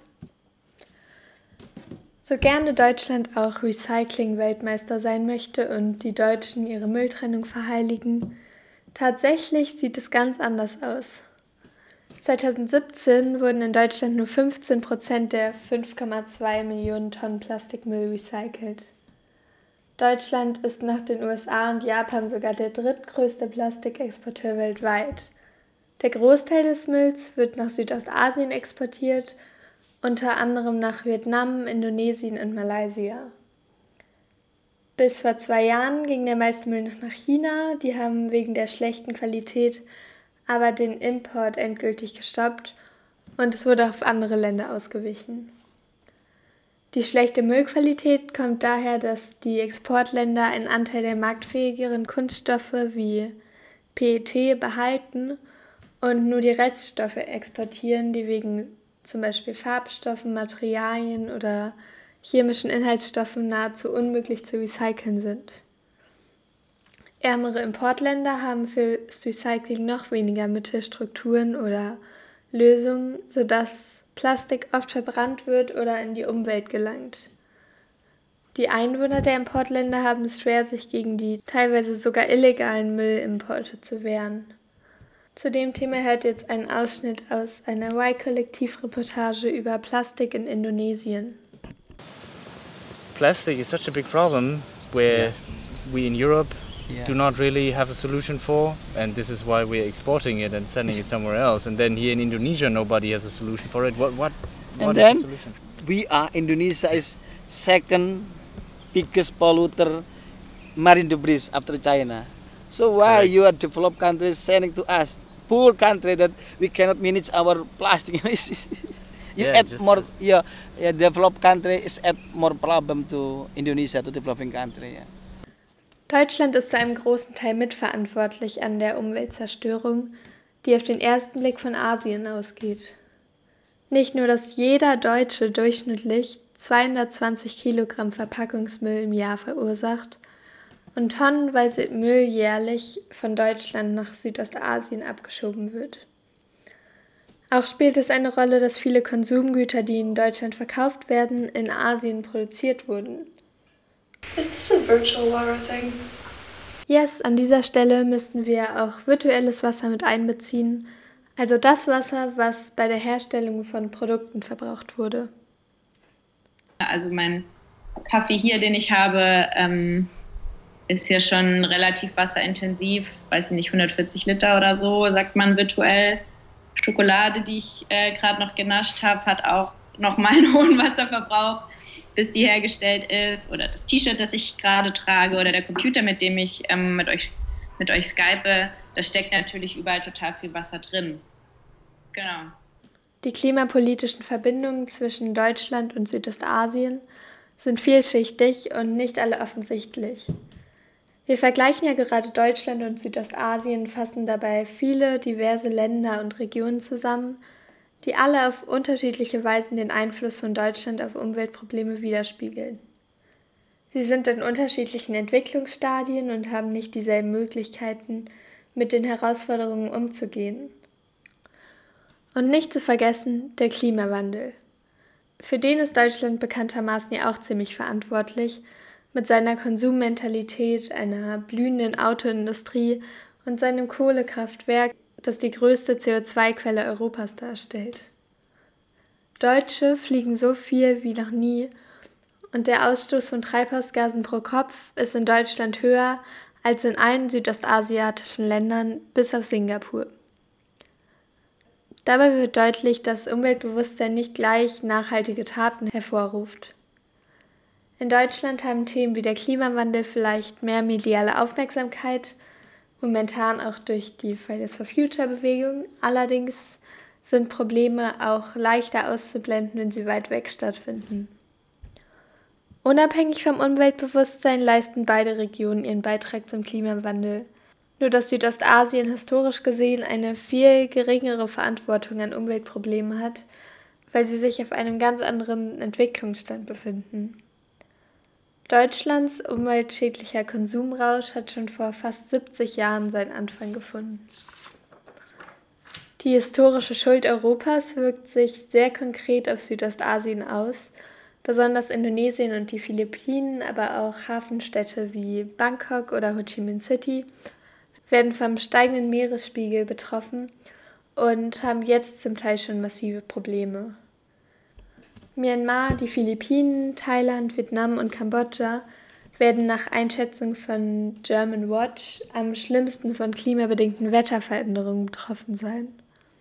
So gerne Deutschland auch Recycling-Weltmeister sein möchte und die Deutschen ihre Mülltrennung verheiligen, tatsächlich sieht es ganz anders aus. 2017 wurden in Deutschland nur 15% der 5,2 Millionen Tonnen Plastikmüll recycelt. Deutschland ist nach den USA und Japan sogar der drittgrößte Plastikexporteur weltweit. Der Großteil des Mülls wird nach Südostasien exportiert, unter anderem nach Vietnam, Indonesien und Malaysia. Bis vor 2 Jahren ging der meiste Müll noch nach China, die haben wegen der schlechten Qualität aber den Import endgültig gestoppt und es wurde auf andere Länder ausgewichen. Die schlechte Müllqualität kommt daher, dass die Exportländer einen Anteil der marktfähigeren Kunststoffe wie PET behalten und nur die Reststoffe exportieren, die wegen zum Beispiel Farbstoffen, Materialien oder chemischen Inhaltsstoffen nahezu unmöglich zu recyceln sind. Ärmere Importländer haben für das Recycling noch weniger Mittel, Strukturen oder Lösungen, sodass Plastik oft verbrannt wird oder in die Umwelt gelangt. Die Einwohner der Importländer haben es schwer, sich gegen die teilweise sogar illegalen Müllimporte zu wehren. Zu dem Thema hört jetzt ein Ausschnitt aus einer Y-Kollektiv-Reportage über Plastik in Indonesien. Plastic is such a big problem where we in Europe do not really have a solution for, and this is why we're exporting it and sending it somewhere else. And then here in Indonesia, nobody has a solution for it. What is the solution? Indonesia is second biggest polluter marine debris after China. So why you are developed countries sending to us, poor country, that we cannot manage our plastic? Developed country is add more problem to Indonesia, to developing country. Yeah. Deutschland ist zu einem großen Teil mitverantwortlich an der Umweltzerstörung, die auf den ersten Blick von Asien ausgeht. Nicht nur, dass jeder Deutsche durchschnittlich 220 Kilogramm Verpackungsmüll im Jahr verursacht und tonnenweise Müll jährlich von Deutschland nach Südostasien abgeschoben wird. Auch spielt es eine Rolle, dass viele Konsumgüter, die in Deutschland verkauft werden, in Asien produziert wurden. Is this a virtual water thing? Yes, an dieser Stelle müssten wir auch virtuelles Wasser mit einbeziehen, also das Wasser, was bei der Herstellung von Produkten verbraucht wurde. Also mein Kaffee hier, den ich habe, ist ja schon relativ wasserintensiv, weiß ich nicht, 140 Liter oder so, sagt man virtuell. Schokolade, die ich gerade noch genascht habe, hat auch nochmal einen hohen Wasserverbrauch, bis die hergestellt ist. Oder das T-Shirt, das ich gerade trage, oder der Computer, mit dem ich mit euch skype, da steckt natürlich überall total viel Wasser drin. Genau. Die klimapolitischen Verbindungen zwischen Deutschland und Südostasien sind vielschichtig und nicht alle offensichtlich. Wir vergleichen ja gerade Deutschland und Südostasien, fassen dabei viele diverse Länder und Regionen zusammen, die alle auf unterschiedliche Weisen den Einfluss von Deutschland auf Umweltprobleme widerspiegeln. Sie sind in unterschiedlichen Entwicklungsstadien und haben nicht dieselben Möglichkeiten, mit den Herausforderungen umzugehen. Und nicht zu vergessen, der Klimawandel. Für den ist Deutschland bekanntermaßen ja auch ziemlich verantwortlich, mit seiner Konsummentalität, einer blühenden Autoindustrie und seinem Kohlekraftwerk, das die größte CO2-Quelle Europas darstellt. Deutsche fliegen so viel wie noch nie und der Ausstoß von Treibhausgasen pro Kopf ist in Deutschland höher als in allen südostasiatischen Ländern bis auf Singapur. Dabei wird deutlich, dass Umweltbewusstsein nicht gleich nachhaltige Taten hervorruft. In Deutschland haben Themen wie der Klimawandel vielleicht mehr mediale Aufmerksamkeit, momentan auch durch die Fridays for Future Bewegung. Allerdings sind Probleme auch leichter auszublenden, wenn sie weit weg stattfinden. Unabhängig vom Umweltbewusstsein leisten beide Regionen ihren Beitrag zum Klimawandel. Nur dass Südostasien historisch gesehen eine viel geringere Verantwortung an Umweltproblemen hat, weil sie sich auf einem ganz anderen Entwicklungsstand befinden. Deutschlands umweltschädlicher Konsumrausch hat schon vor fast 70 Jahren seinen Anfang gefunden. Die historische Schuld Europas wirkt sich sehr konkret auf Südostasien aus, besonders Indonesien und die Philippinen, aber auch Hafenstädte wie Bangkok oder Ho Chi Minh City werden vom steigenden Meeresspiegel betroffen und haben jetzt zum Teil schon massive Probleme. Myanmar, die Philippinen, Thailand, Vietnam und Kambodscha werden nach Einschätzung von German Watch am schlimmsten von klimabedingten Wetterveränderungen betroffen sein.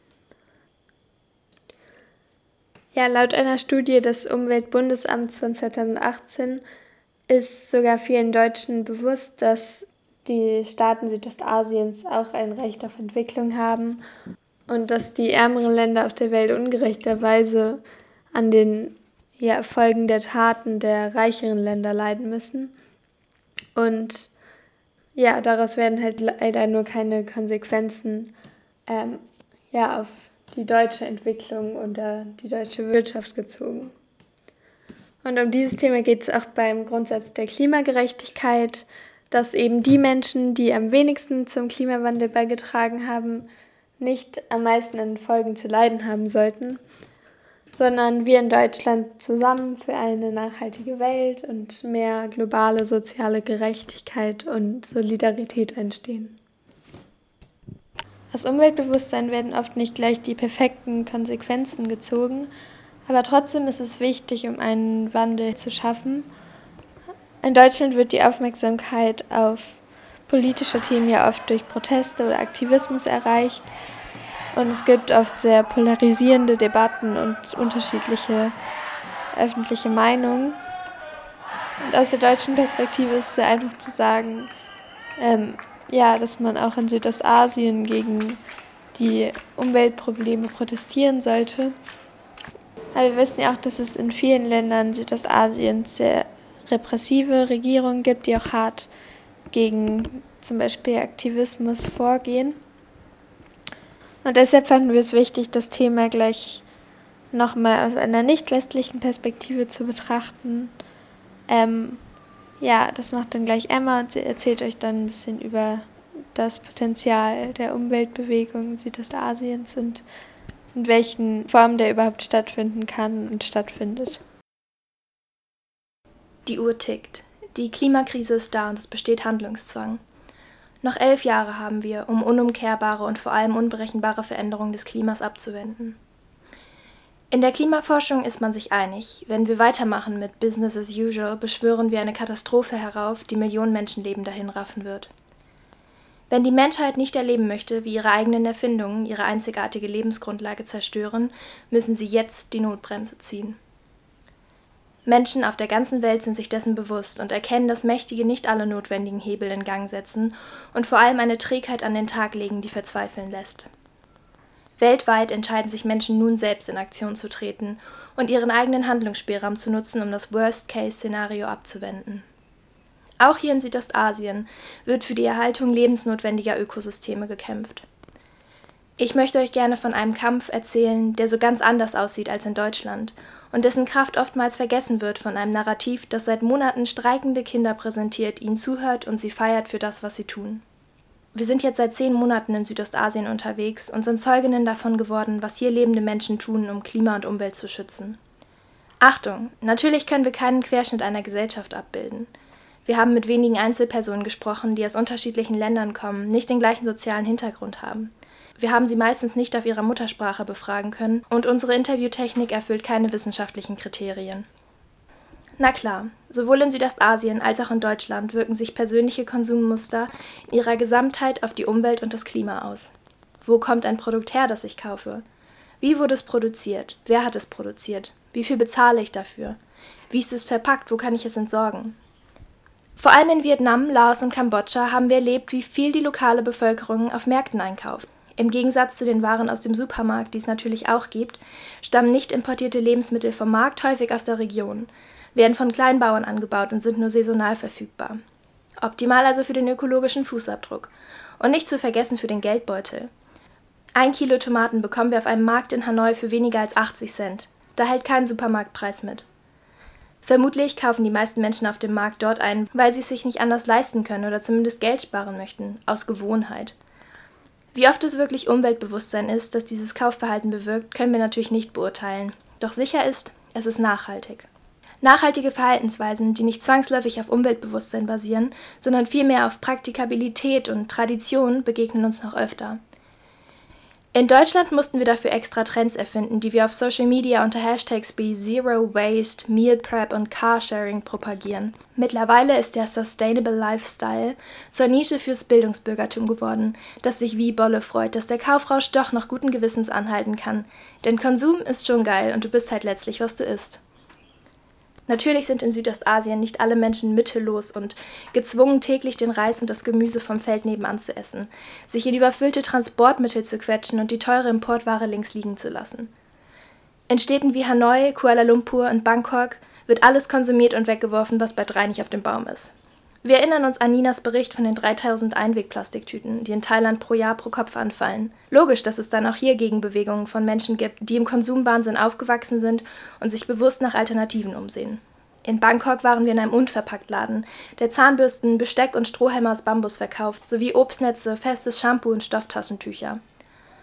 Ja, laut einer Studie des Umweltbundesamts von 2018 ist sogar vielen Deutschen bewusst, dass die Staaten Südostasiens auch ein Recht auf Entwicklung haben und dass die ärmeren Länder auf der Welt ungerechterweise an den Folgen der Taten der reicheren Länder leiden müssen. Und ja, daraus werden halt leider nur keine Konsequenzen auf die deutsche Entwicklung und die deutsche Wirtschaft gezogen. Und um dieses Thema geht es auch beim Grundsatz der Klimagerechtigkeit, dass eben die Menschen, die am wenigsten zum Klimawandel beigetragen haben, nicht am meisten an Folgen zu leiden haben sollten. sondern wir in Deutschland zusammen für eine nachhaltige Welt und mehr globale soziale Gerechtigkeit und Solidarität einstehen. Aus Umweltbewusstsein werden oft nicht gleich die perfekten Konsequenzen gezogen, aber trotzdem ist es wichtig, um einen Wandel zu schaffen. In Deutschland wird die Aufmerksamkeit auf politische Themen ja oft durch Proteste oder Aktivismus erreicht und es gibt oft sehr polarisierende Debatten und unterschiedliche öffentliche Meinungen. Und aus der deutschen Perspektive ist es sehr einfach zu sagen, dass man auch in Südostasien gegen die Umweltprobleme protestieren sollte. Aber wir wissen ja auch, dass es in vielen Ländern Südostasiens sehr repressive Regierungen gibt, die auch hart gegen zum Beispiel Aktivismus vorgehen. Und deshalb fanden wir es wichtig, das Thema gleich nochmal aus einer nicht westlichen Perspektive zu betrachten. Das macht dann gleich Emma und sie erzählt euch dann ein bisschen über das Potenzial der Umweltbewegung Südostasiens und in welchen Formen der überhaupt stattfinden kann und stattfindet. Die Uhr tickt. Die Klimakrise ist da und es besteht Handlungszwang. Noch 11 Jahre haben wir, um unumkehrbare und vor allem unberechenbare Veränderungen des Klimas abzuwenden. In der Klimaforschung ist man sich einig, wenn wir weitermachen mit Business as usual, beschwören wir eine Katastrophe herauf, die Millionen Menschenleben dahinraffen wird. Wenn die Menschheit nicht erleben möchte, wie ihre eigenen Erfindungen ihre einzigartige Lebensgrundlage zerstören, müssen sie jetzt die Notbremse ziehen. Menschen auf der ganzen Welt sind sich dessen bewusst und erkennen, dass Mächtige nicht alle notwendigen Hebel in Gang setzen und vor allem eine Trägheit an den Tag legen, die verzweifeln lässt. Weltweit entscheiden sich Menschen nun selbst in Aktion zu treten und ihren eigenen Handlungsspielraum zu nutzen, um das Worst-Case-Szenario abzuwenden. Auch hier in Südostasien wird für die Erhaltung lebensnotwendiger Ökosysteme gekämpft. Ich möchte euch gerne von einem Kampf erzählen, der so ganz anders aussieht als in Deutschland und dessen Kraft oftmals vergessen wird von einem Narrativ, das seit Monaten streikende Kinder präsentiert, ihnen zuhört und sie feiert für das, was sie tun. Wir sind jetzt seit 10 Monaten in Südostasien unterwegs und sind Zeuginnen davon geworden, was hier lebende Menschen tun, um Klima und Umwelt zu schützen. Achtung, natürlich können wir keinen Querschnitt einer Gesellschaft abbilden. Wir haben mit wenigen Einzelpersonen gesprochen, die aus unterschiedlichen Ländern kommen, nicht den gleichen sozialen Hintergrund haben. Wir haben sie meistens nicht auf ihrer Muttersprache befragen können und unsere Interviewtechnik erfüllt keine wissenschaftlichen Kriterien. Na klar, sowohl in Südostasien als auch in Deutschland wirken sich persönliche Konsummuster in ihrer Gesamtheit auf die Umwelt und das Klima aus. Wo kommt ein Produkt her, das ich kaufe? Wie wurde es produziert? Wer hat es produziert? Wie viel bezahle ich dafür? Wie ist es verpackt? Wo kann ich es entsorgen? Vor allem in Vietnam, Laos und Kambodscha haben wir erlebt, wie viel die lokale Bevölkerung auf Märkten einkauft. Im Gegensatz zu den Waren aus dem Supermarkt, die es natürlich auch gibt, stammen nicht importierte Lebensmittel vom Markt häufig aus der Region, werden von Kleinbauern angebaut und sind nur saisonal verfügbar. Optimal also für den ökologischen Fußabdruck. Und nicht zu vergessen für den Geldbeutel. 1 Kilo Tomaten bekommen wir auf einem Markt in Hanoi für weniger als 80 Cent. Da hält kein Supermarktpreis mit. Vermutlich kaufen die meisten Menschen auf dem Markt dort ein, weil sie es sich nicht anders leisten können oder zumindest Geld sparen möchten, aus Gewohnheit. Wie oft es wirklich Umweltbewusstsein ist, das dieses Kaufverhalten bewirkt, können wir natürlich nicht beurteilen. Doch sicher ist, es ist nachhaltig. Nachhaltige Verhaltensweisen, die nicht zwangsläufig auf Umweltbewusstsein basieren, sondern vielmehr auf Praktikabilität und Tradition, begegnen uns noch öfter. In Deutschland mussten wir dafür extra Trends erfinden, die wir auf Social Media unter Hashtags wie Zero Waste, Meal Prep und Carsharing propagieren. Mittlerweile ist der Sustainable Lifestyle zur Nische fürs Bildungsbürgertum geworden, das sich wie Bolle freut, dass der Kaufrausch doch noch guten Gewissens anhalten kann. Denn Konsum ist schon geil und du bist halt letztlich, was du isst. Natürlich sind in Südostasien nicht alle Menschen mittellos und gezwungen, täglich den Reis und das Gemüse vom Feld nebenan zu essen, sich in überfüllte Transportmittel zu quetschen und die teure Importware links liegen zu lassen. In Städten wie Hanoi, Kuala Lumpur und Bangkok wird alles konsumiert und weggeworfen, was bei 3 nicht auf dem Baum ist. Wir erinnern uns an Ninas Bericht von den 3000 Einwegplastiktüten, die in Thailand pro Jahr pro Kopf anfallen. Logisch, dass es dann auch hier Gegenbewegungen von Menschen gibt, die im Konsumwahnsinn aufgewachsen sind und sich bewusst nach Alternativen umsehen. In Bangkok waren wir in einem Unverpacktladen, der Zahnbürsten, Besteck und Strohhalme aus Bambus verkauft, sowie Obstnetze, festes Shampoo und Stofftaschentücher.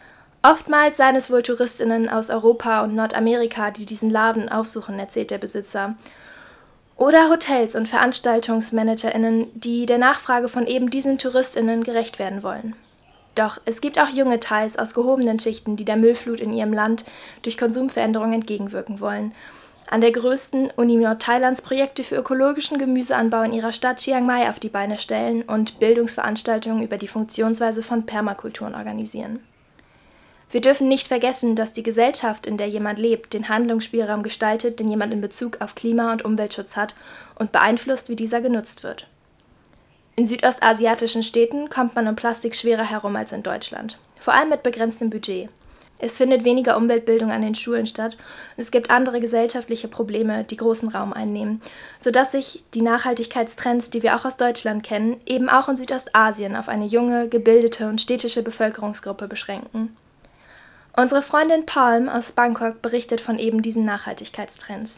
Oftmals seien es wohl TouristInnen aus Europa und Nordamerika, die diesen Laden aufsuchen, erzählt der Besitzer. Oder Hotels und VeranstaltungsmanagerInnen, die der Nachfrage von eben diesen TouristInnen gerecht werden wollen. Doch es gibt auch junge Thais aus gehobenen Schichten, die der Müllflut in ihrem Land durch Konsumveränderungen entgegenwirken wollen. An der größten Uni Nordthailands Projekte für ökologischen Gemüseanbau in ihrer Stadt Chiang Mai auf die Beine stellen und Bildungsveranstaltungen über die Funktionsweise von Permakulturen organisieren. Wir dürfen nicht vergessen, dass die Gesellschaft, in der jemand lebt, den Handlungsspielraum gestaltet, den jemand in Bezug auf Klima- und Umweltschutz hat und beeinflusst, wie dieser genutzt wird. In südostasiatischen Städten kommt man um Plastik schwerer herum als in Deutschland, vor allem mit begrenztem Budget. Es findet weniger Umweltbildung an den Schulen statt und es gibt andere gesellschaftliche Probleme, die großen Raum einnehmen, sodass sich die Nachhaltigkeitstrends, die wir auch aus Deutschland kennen, eben auch in Südostasien auf eine junge, gebildete und städtische Bevölkerungsgruppe beschränken. Unsere Freundin Palm aus Bangkok berichtet von eben diesen Nachhaltigkeitstrends.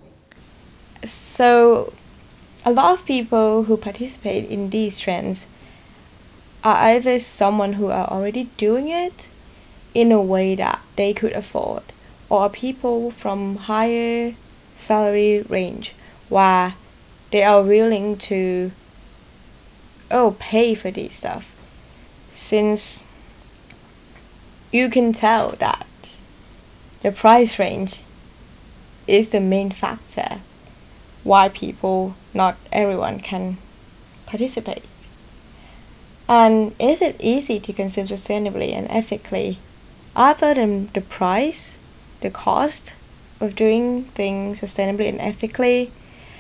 So, a lot of people who participate in these trends are either someone who are already doing it in a way that they could afford, or people from higher salary range where they are willing to pay for this stuff, since you can tell that the price range is the main factor why people, not everyone, can participate. And is it easy to consume sustainably and ethically? Other than the price, the cost of doing things sustainably and ethically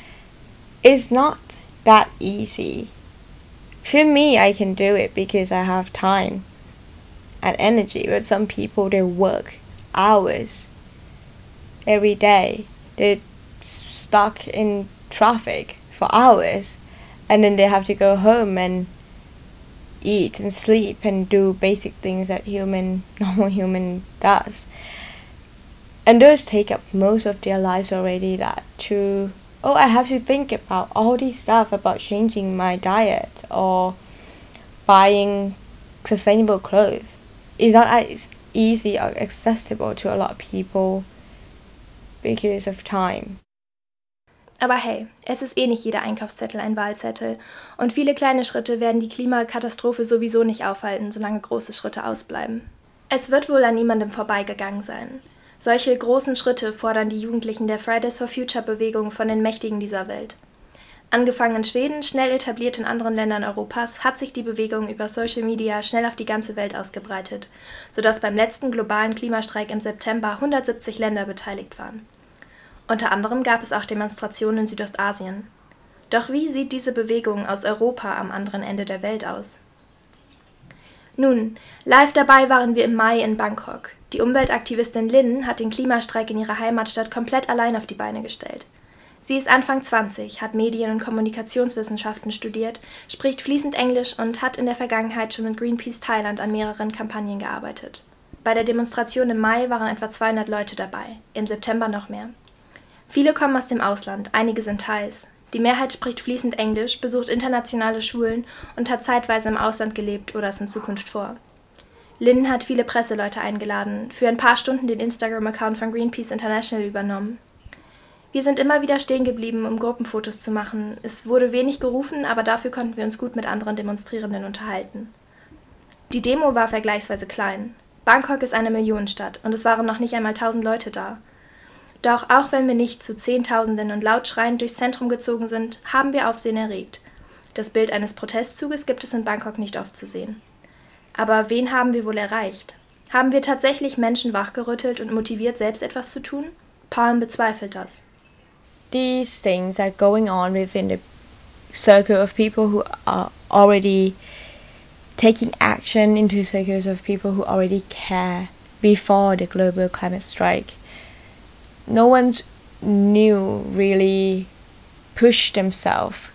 is not that easy. For me, I can do it because I have time and energy, but some people, they work hours every day. They're stuck in traffic for hours, and then they have to go home and eat and sleep and do basic things that normal human does. And those take up most of their lives already, I have to think about all this stuff about changing my diet or buying sustainable clothes. It's not as easy or accessible to a lot of people because of time. Aber hey, es ist eh nicht jeder Einkaufszettel ein Wahlzettel und viele kleine Schritte werden die Klimakatastrophe sowieso nicht aufhalten, solange große Schritte ausbleiben. Es wird wohl an niemandem vorbeigegangen sein. Solche großen Schritte fordern die Jugendlichen der Fridays for Future Bewegung von den Mächtigen dieser Welt. Angefangen in Schweden, schnell etabliert in anderen Ländern Europas, hat sich die Bewegung über Social Media schnell auf die ganze Welt ausgebreitet, sodass beim letzten globalen Klimastreik im September 170 Länder beteiligt waren. Unter anderem gab es auch Demonstrationen in Südostasien. Doch wie sieht diese Bewegung aus Europa am anderen Ende der Welt aus? Nun, live dabei waren wir im Mai in Bangkok. Die Umweltaktivistin Lin hat den Klimastreik in ihrer Heimatstadt komplett allein auf die Beine gestellt. Sie ist Anfang 20, hat Medien- und Kommunikationswissenschaften studiert, spricht fließend Englisch und hat in der Vergangenheit schon mit Greenpeace Thailand an mehreren Kampagnen gearbeitet. Bei der Demonstration im Mai waren etwa 200 Leute dabei, im September noch mehr. Viele kommen aus dem Ausland, einige sind Thais. Die Mehrheit spricht fließend Englisch, besucht internationale Schulen und hat zeitweise im Ausland gelebt oder es in Zukunft vor. Lin hat viele Presseleute eingeladen, für ein paar Stunden den Instagram-Account von Greenpeace International übernommen. Wir sind immer wieder stehen geblieben, um Gruppenfotos zu machen. Es wurde wenig gerufen, aber dafür konnten wir uns gut mit anderen Demonstrierenden unterhalten. Die Demo war vergleichsweise klein. Bangkok ist eine Millionenstadt und es waren noch nicht einmal 1000 Leute da. Doch auch wenn wir nicht zu Zehntausenden und laut schreiend durchs Zentrum gezogen sind, haben wir Aufsehen erregt. Das Bild eines Protestzuges gibt es in Bangkok nicht oft zu sehen. Aber wen haben wir wohl erreicht? Haben wir tatsächlich Menschen wachgerüttelt und motiviert, selbst etwas zu tun? Palm bezweifelt das. These things are going on within the circle of people who are already taking action into circles of people who already care before the global climate strike. No one new really pushed themselves.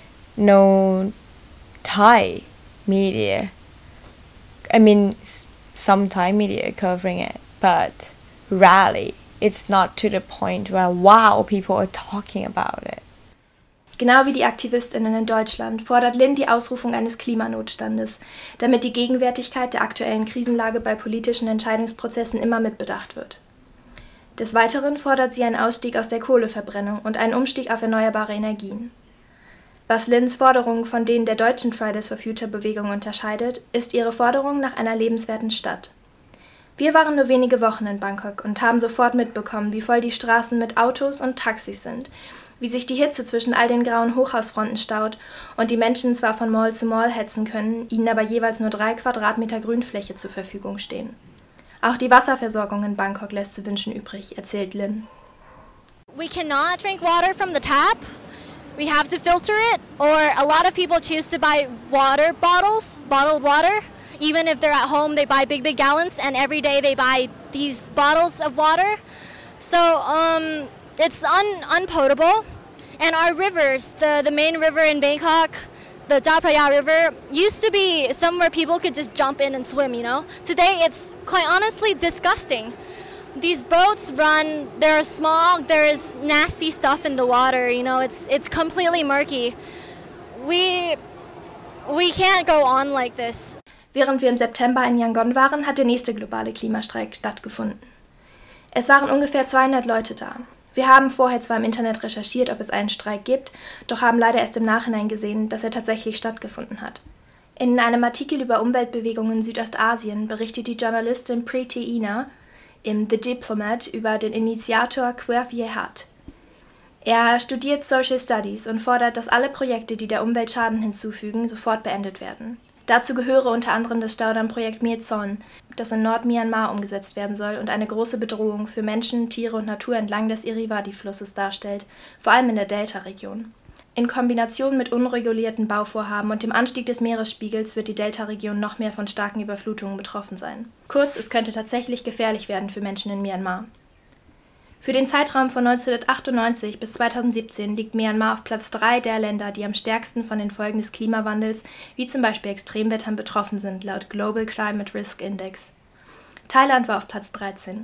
No Thai media. I mean, some Thai media covering it, but rarely. It's not to the point where, wow, people are talking about it. Genau wie die AktivistInnen in Deutschland fordert Lynn die Ausrufung eines Klimanotstandes, damit die Gegenwärtigkeit der aktuellen Krisenlage bei politischen Entscheidungsprozessen immer mitbedacht wird. Des Weiteren fordert sie einen Ausstieg aus der Kohleverbrennung und einen Umstieg auf erneuerbare Energien. Was Lynns Forderungen von denen der deutschen Fridays for Future-Bewegung unterscheidet, ist ihre Forderung nach einer lebenswerten Stadt. Wir waren nur wenige Wochen in Bangkok und haben sofort mitbekommen, wie voll die Straßen mit Autos und Taxis sind, wie sich die Hitze zwischen all den grauen Hochhausfronten staut und die Menschen zwar von Mall zu Mall hetzen können, ihnen aber jeweils nur 3 Quadratmeter Grünfläche zur Verfügung stehen. Auch die Wasserversorgung in Bangkok lässt zu wünschen übrig, erzählt Lynn. We cannot drink water from the tap. We have to filter it, or a lot of people choose to buy water bottles, bottled water. Even if they're at home, they buy big gallons, and every day they buy these bottles of water. So it's unpotable. And our rivers, the main river in Bangkok, the Chao Phraya River, used to be somewhere people could just jump in and swim, you know. Today it's quite honestly disgusting. These boats run, there's smog, there's nasty stuff in the water, you know, it's completely murky. We can't go on like this. Während wir im September in Yangon waren, hat der nächste globale Klimastreik stattgefunden. Es waren ungefähr 200 Leute da. Wir haben vorher zwar im Internet recherchiert, ob es einen Streik gibt, doch haben leider erst im Nachhinein gesehen, dass er tatsächlich stattgefunden hat. In einem Artikel über Umweltbewegungen in Südostasien berichtet die Journalistin Preeti Ina im The Diplomat über den Initiator Kwerv Yehat. Er studiert Social Studies und fordert, dass alle Projekte, die der Umwelt Schaden hinzufügen, sofort beendet werden. Dazu gehöre unter anderem das Staudammprojekt Mae Son, das in Nord-Myanmar umgesetzt werden soll und eine große Bedrohung für Menschen, Tiere und Natur entlang des Irrawaddy-Flusses darstellt, vor allem in der Delta-Region. In Kombination mit unregulierten Bauvorhaben und dem Anstieg des Meeresspiegels wird die Delta-Region noch mehr von starken Überflutungen betroffen sein. Kurz, es könnte tatsächlich gefährlich werden für Menschen in Myanmar. Für den Zeitraum von 1998 bis 2017 liegt Myanmar auf Platz 3 der Länder, die am stärksten von den Folgen des Klimawandels, wie zum Beispiel Extremwettern, betroffen sind, laut Global Climate Risk Index. Thailand war auf Platz 13.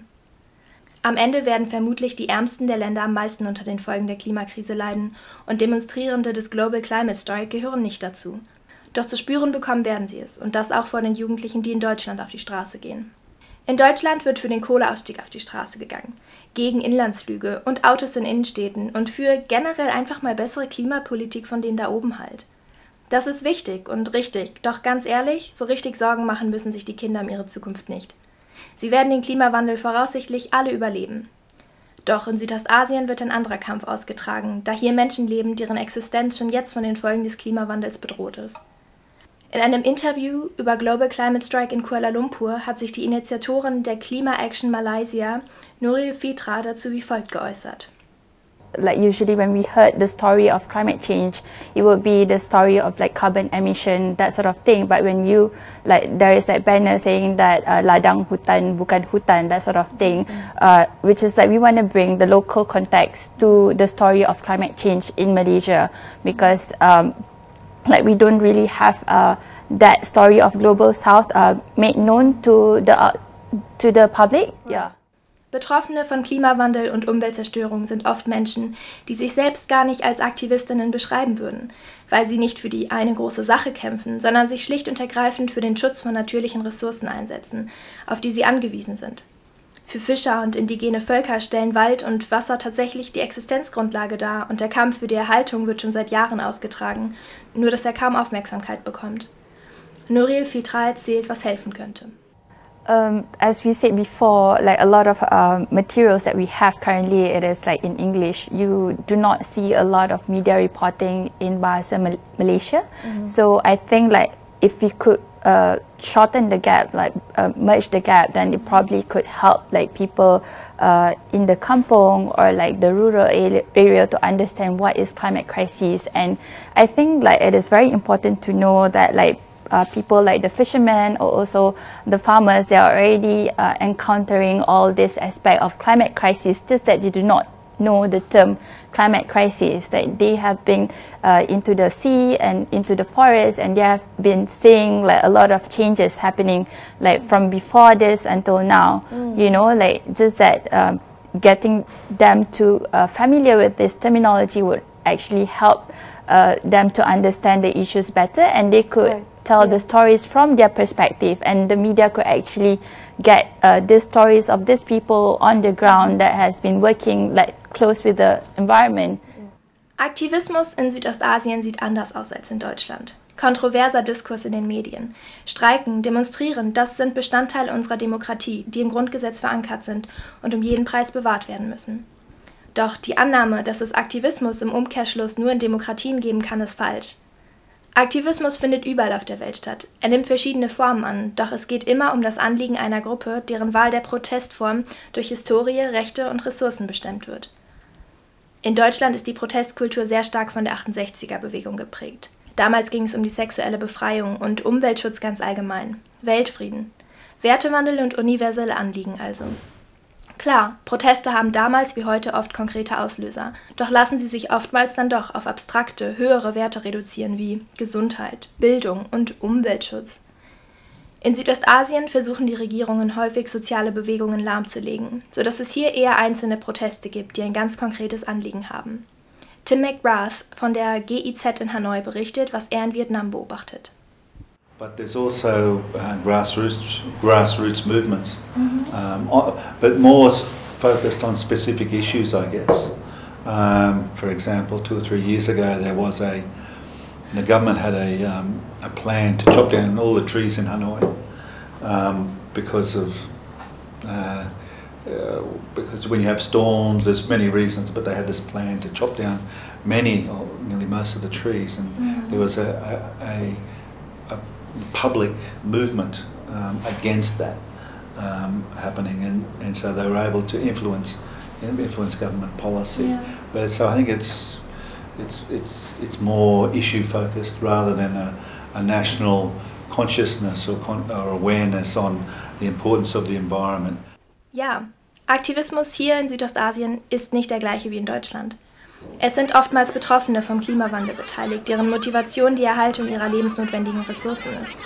Am Ende werden vermutlich die ärmsten der Länder am meisten unter den Folgen der Klimakrise leiden und Demonstrierende des Global Climate Strike gehören nicht dazu. Doch zu spüren bekommen werden sie es und das auch vor den Jugendlichen, die in Deutschland auf die Straße gehen. In Deutschland wird für den Kohleausstieg auf die Straße gegangen, gegen Inlandsflüge und Autos in Innenstädten und für generell einfach mal bessere Klimapolitik von denen da oben halt. Das ist wichtig und richtig, doch ganz ehrlich, so richtig Sorgen machen müssen sich die Kinder um ihre Zukunft nicht. Sie werden den Klimawandel voraussichtlich alle überleben. Doch in Südostasien wird ein anderer Kampf ausgetragen, da hier Menschen leben, deren Existenz schon jetzt von den Folgen des Klimawandels bedroht ist. In einem Interview über Global Climate Strike in Kuala Lumpur hat sich die Initiatorin der Klima Action Malaysia, Nuril Fitra, dazu wie folgt geäußert. Like usually when we heard the story of climate change, it would be the story of like carbon emission, that sort of thing. But when you, like there is like banner saying that ladang hutan bukan hutan, that sort of thing, which is like we want to bring the local context to the story of climate change in Malaysia because like we don't really have that story of global south made known to the public. Yeah. Betroffene von Klimawandel und Umweltzerstörung sind oft Menschen, die sich selbst gar nicht als Aktivistinnen beschreiben würden, weil sie nicht für die eine große Sache kämpfen, sondern sich schlicht und ergreifend für den Schutz von natürlichen Ressourcen einsetzen, auf die sie angewiesen sind. Für Fischer und indigene Völker stellen Wald und Wasser tatsächlich die Existenzgrundlage dar und der Kampf für die Erhaltung wird schon seit Jahren ausgetragen, nur dass er kaum Aufmerksamkeit bekommt. Nuril Fitra erzählt, was helfen könnte. As we said before, like a lot of materials that we have currently, it is like in English. You do not see a lot of media reporting in Bahasa Malaysia. So I think like if we could shorten the gap, like merge the gap, then it probably could help like people in the kampong or like the rural area to understand what is climate crisis. And I think like it is very important to know that like people like the fishermen or also the farmers, they are already encountering all this aspect of climate crisis, just that they do not know the term climate crisis, that they have been into the sea and into the forest and they have been seeing like a lot of changes happening like from before this until now, you know, like just that getting them to familiar with this terminology would actually help them to understand the issues better, and they could tell the stories from their perspective, and the media could actually get the stories of these people on the ground that has been working like close with the environment. Aktivismus in Südostasien sieht anders aus als in Deutschland. Kontroverser Diskurs in den Medien. Streiken, demonstrieren, das sind Bestandteile unserer Demokratie, die im Grundgesetz verankert sind und um jeden Preis bewahrt werden müssen. Doch die Annahme, dass es Aktivismus im Umkehrschluss nur in Demokratien geben kann, ist falsch. Aktivismus findet überall auf der Welt statt. Er nimmt verschiedene Formen an, doch es geht immer um das Anliegen einer Gruppe, deren Wahl der Protestform durch Historie, Rechte und Ressourcen bestimmt wird. In Deutschland ist die Protestkultur sehr stark von der 68er-Bewegung geprägt. Damals ging es um die sexuelle Befreiung und Umweltschutz ganz allgemein. Weltfrieden. Wertewandel und universelle Anliegen also. Klar, Proteste haben damals wie heute oft konkrete Auslöser, doch lassen sie sich oftmals dann doch auf abstrakte, höhere Werte reduzieren wie Gesundheit, Bildung und Umweltschutz. In Südostasien versuchen die Regierungen häufig, soziale Bewegungen lahmzulegen, sodass es hier eher einzelne Proteste gibt, die ein ganz konkretes Anliegen haben. Tim McGrath von der GIZ in Hanoi berichtet, was er in Vietnam beobachtet. But there's also grassroots movements, but more focused on specific issues, I guess. For example, 2 or 3 years ago, the government had a plan to chop down all the trees in Hanoi because when you have storms, there's many reasons, but they had this plan to chop down many, or nearly most of the trees, and there was a public movement against that happening, and so they were able to influence government policy. Yes. But so I think it's more issue focused rather than a national consciousness or awareness on the importance of the environment. Ja, Aktivismus hier in Südostasien ist nicht der gleiche wie in Deutschland. Es sind oftmals Betroffene vom Klimawandel beteiligt, deren Motivation die Erhaltung ihrer lebensnotwendigen Ressourcen ist.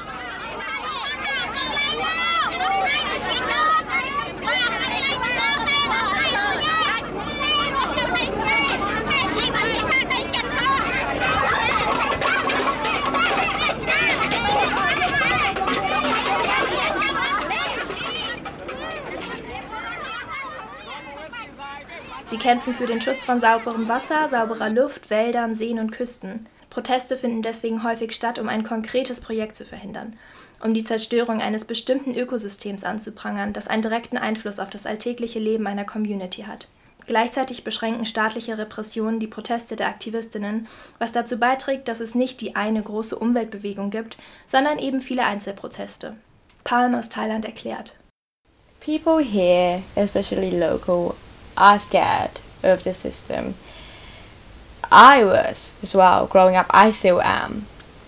Sie kämpfen für den Schutz von sauberem Wasser, sauberer Luft, Wäldern, Seen und Küsten. Proteste finden deswegen häufig statt, um ein konkretes Projekt zu verhindern, um die Zerstörung eines bestimmten Ökosystems anzuprangern, das einen direkten Einfluss auf das alltägliche Leben einer Community hat. Gleichzeitig beschränken staatliche Repressionen die Proteste der Aktivistinnen, was dazu beiträgt, dass es nicht die eine große Umweltbewegung gibt, sondern eben viele Einzelproteste. Palm aus Thailand erklärt. People here, especially local, are scared of the system. I was as well, growing up, I still am.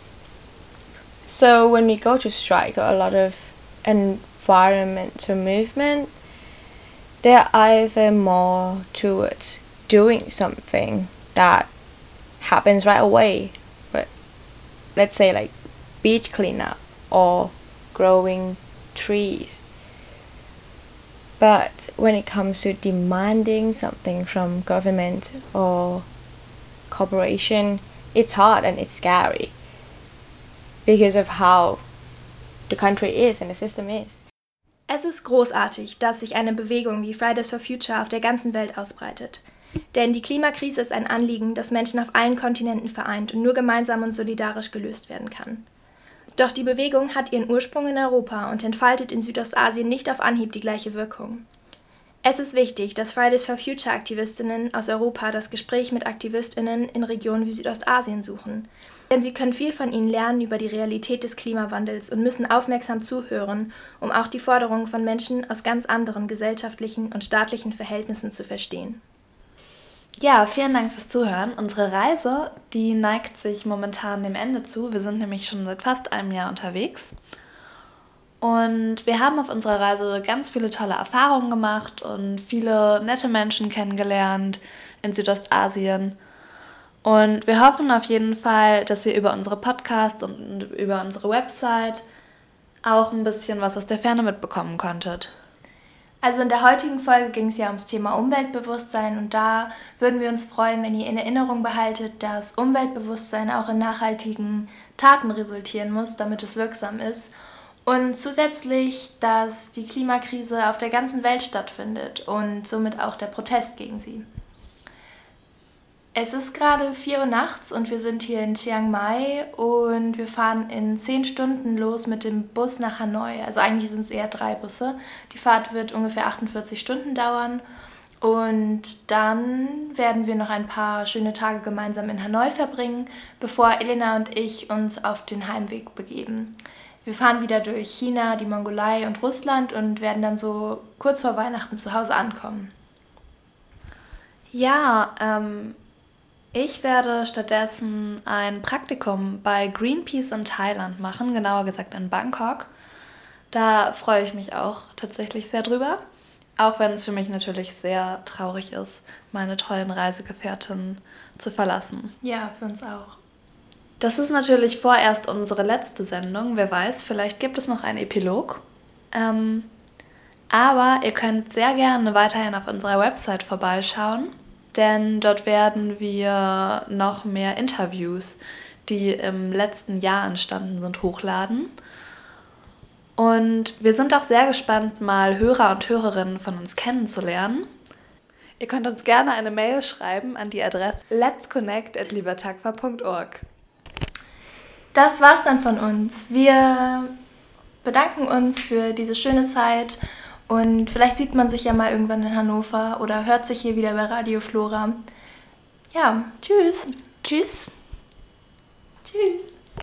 So when we go to strike, a lot of environmental movement, they're either more towards doing something that happens right away. Let's say like beach cleanup or growing trees. But when it comes to demanding something from government or corporation, it's hard and it's scary because of how the country is and the system is. Es ist großartig, dass sich eine Bewegung wie Fridays for Future auf der ganzen Welt ausbreitet. Denn die Klimakrise ist ein Anliegen, das Menschen auf allen Kontinenten vereint und nur gemeinsam und solidarisch gelöst werden kann. Doch die Bewegung hat ihren Ursprung in Europa und entfaltet in Südostasien nicht auf Anhieb die gleiche Wirkung. Es ist wichtig, dass Fridays for Future Aktivistinnen aus Europa das Gespräch mit Aktivistinnen in Regionen wie Südostasien suchen. Denn sie können viel von ihnen lernen über die Realität des Klimawandels und müssen aufmerksam zuhören, um auch die Forderungen von Menschen aus ganz anderen gesellschaftlichen und staatlichen Verhältnissen zu verstehen. Ja, vielen Dank fürs Zuhören. Unsere Reise, die neigt sich momentan dem Ende zu. Wir sind nämlich schon seit fast einem Jahr unterwegs. Und wir haben auf unserer Reise ganz viele tolle Erfahrungen gemacht und viele nette Menschen kennengelernt in Südostasien. Und wir hoffen auf jeden Fall, dass ihr über unsere Podcasts und über unsere Website auch ein bisschen was aus der Ferne mitbekommen konntet. Also in der heutigen Folge ging es ja ums Thema Umweltbewusstsein und da würden wir uns freuen, wenn ihr in Erinnerung behaltet, dass Umweltbewusstsein auch in nachhaltigen Taten resultieren muss, damit es wirksam ist. Und zusätzlich, dass die Klimakrise auf der ganzen Welt stattfindet und somit auch der Protest gegen sie. Es ist gerade 4 Uhr nachts und wir sind hier in Chiang Mai und wir fahren in 10 Stunden los mit dem Bus nach Hanoi. Also eigentlich sind es eher 3 Busse. Die Fahrt wird ungefähr 48 Stunden dauern und dann werden wir noch ein paar schöne Tage gemeinsam in Hanoi verbringen, bevor Elena und ich uns auf den Heimweg begeben. Wir fahren wieder durch China, die Mongolei und Russland und werden dann so kurz vor Weihnachten zu Hause ankommen. Ja, ich werde stattdessen ein Praktikum bei Greenpeace in Thailand machen, genauer gesagt in Bangkok. Da freue ich mich auch tatsächlich sehr drüber, auch wenn es für mich natürlich sehr traurig ist, meine tollen Reisegefährtinnen zu verlassen. Ja, für uns auch. Das ist natürlich vorerst unsere letzte Sendung, wer weiß, vielleicht gibt es noch einen Epilog. Aber ihr könnt sehr gerne weiterhin auf unserer Website vorbeischauen. Denn dort werden wir noch mehr Interviews, die im letzten Jahr entstanden sind, hochladen. Und wir sind auch sehr gespannt, mal Hörer und Hörerinnen von uns kennenzulernen. Ihr könnt uns gerne eine Mail schreiben an die Adresse letsconnect@libertaqwa.org. Das war's dann von uns. Wir bedanken uns für diese schöne Zeit. Und vielleicht sieht man sich ja mal irgendwann in Hannover oder hört sich hier wieder bei Radio Flora. Ja, tschüss. Tschüss. Tschüss.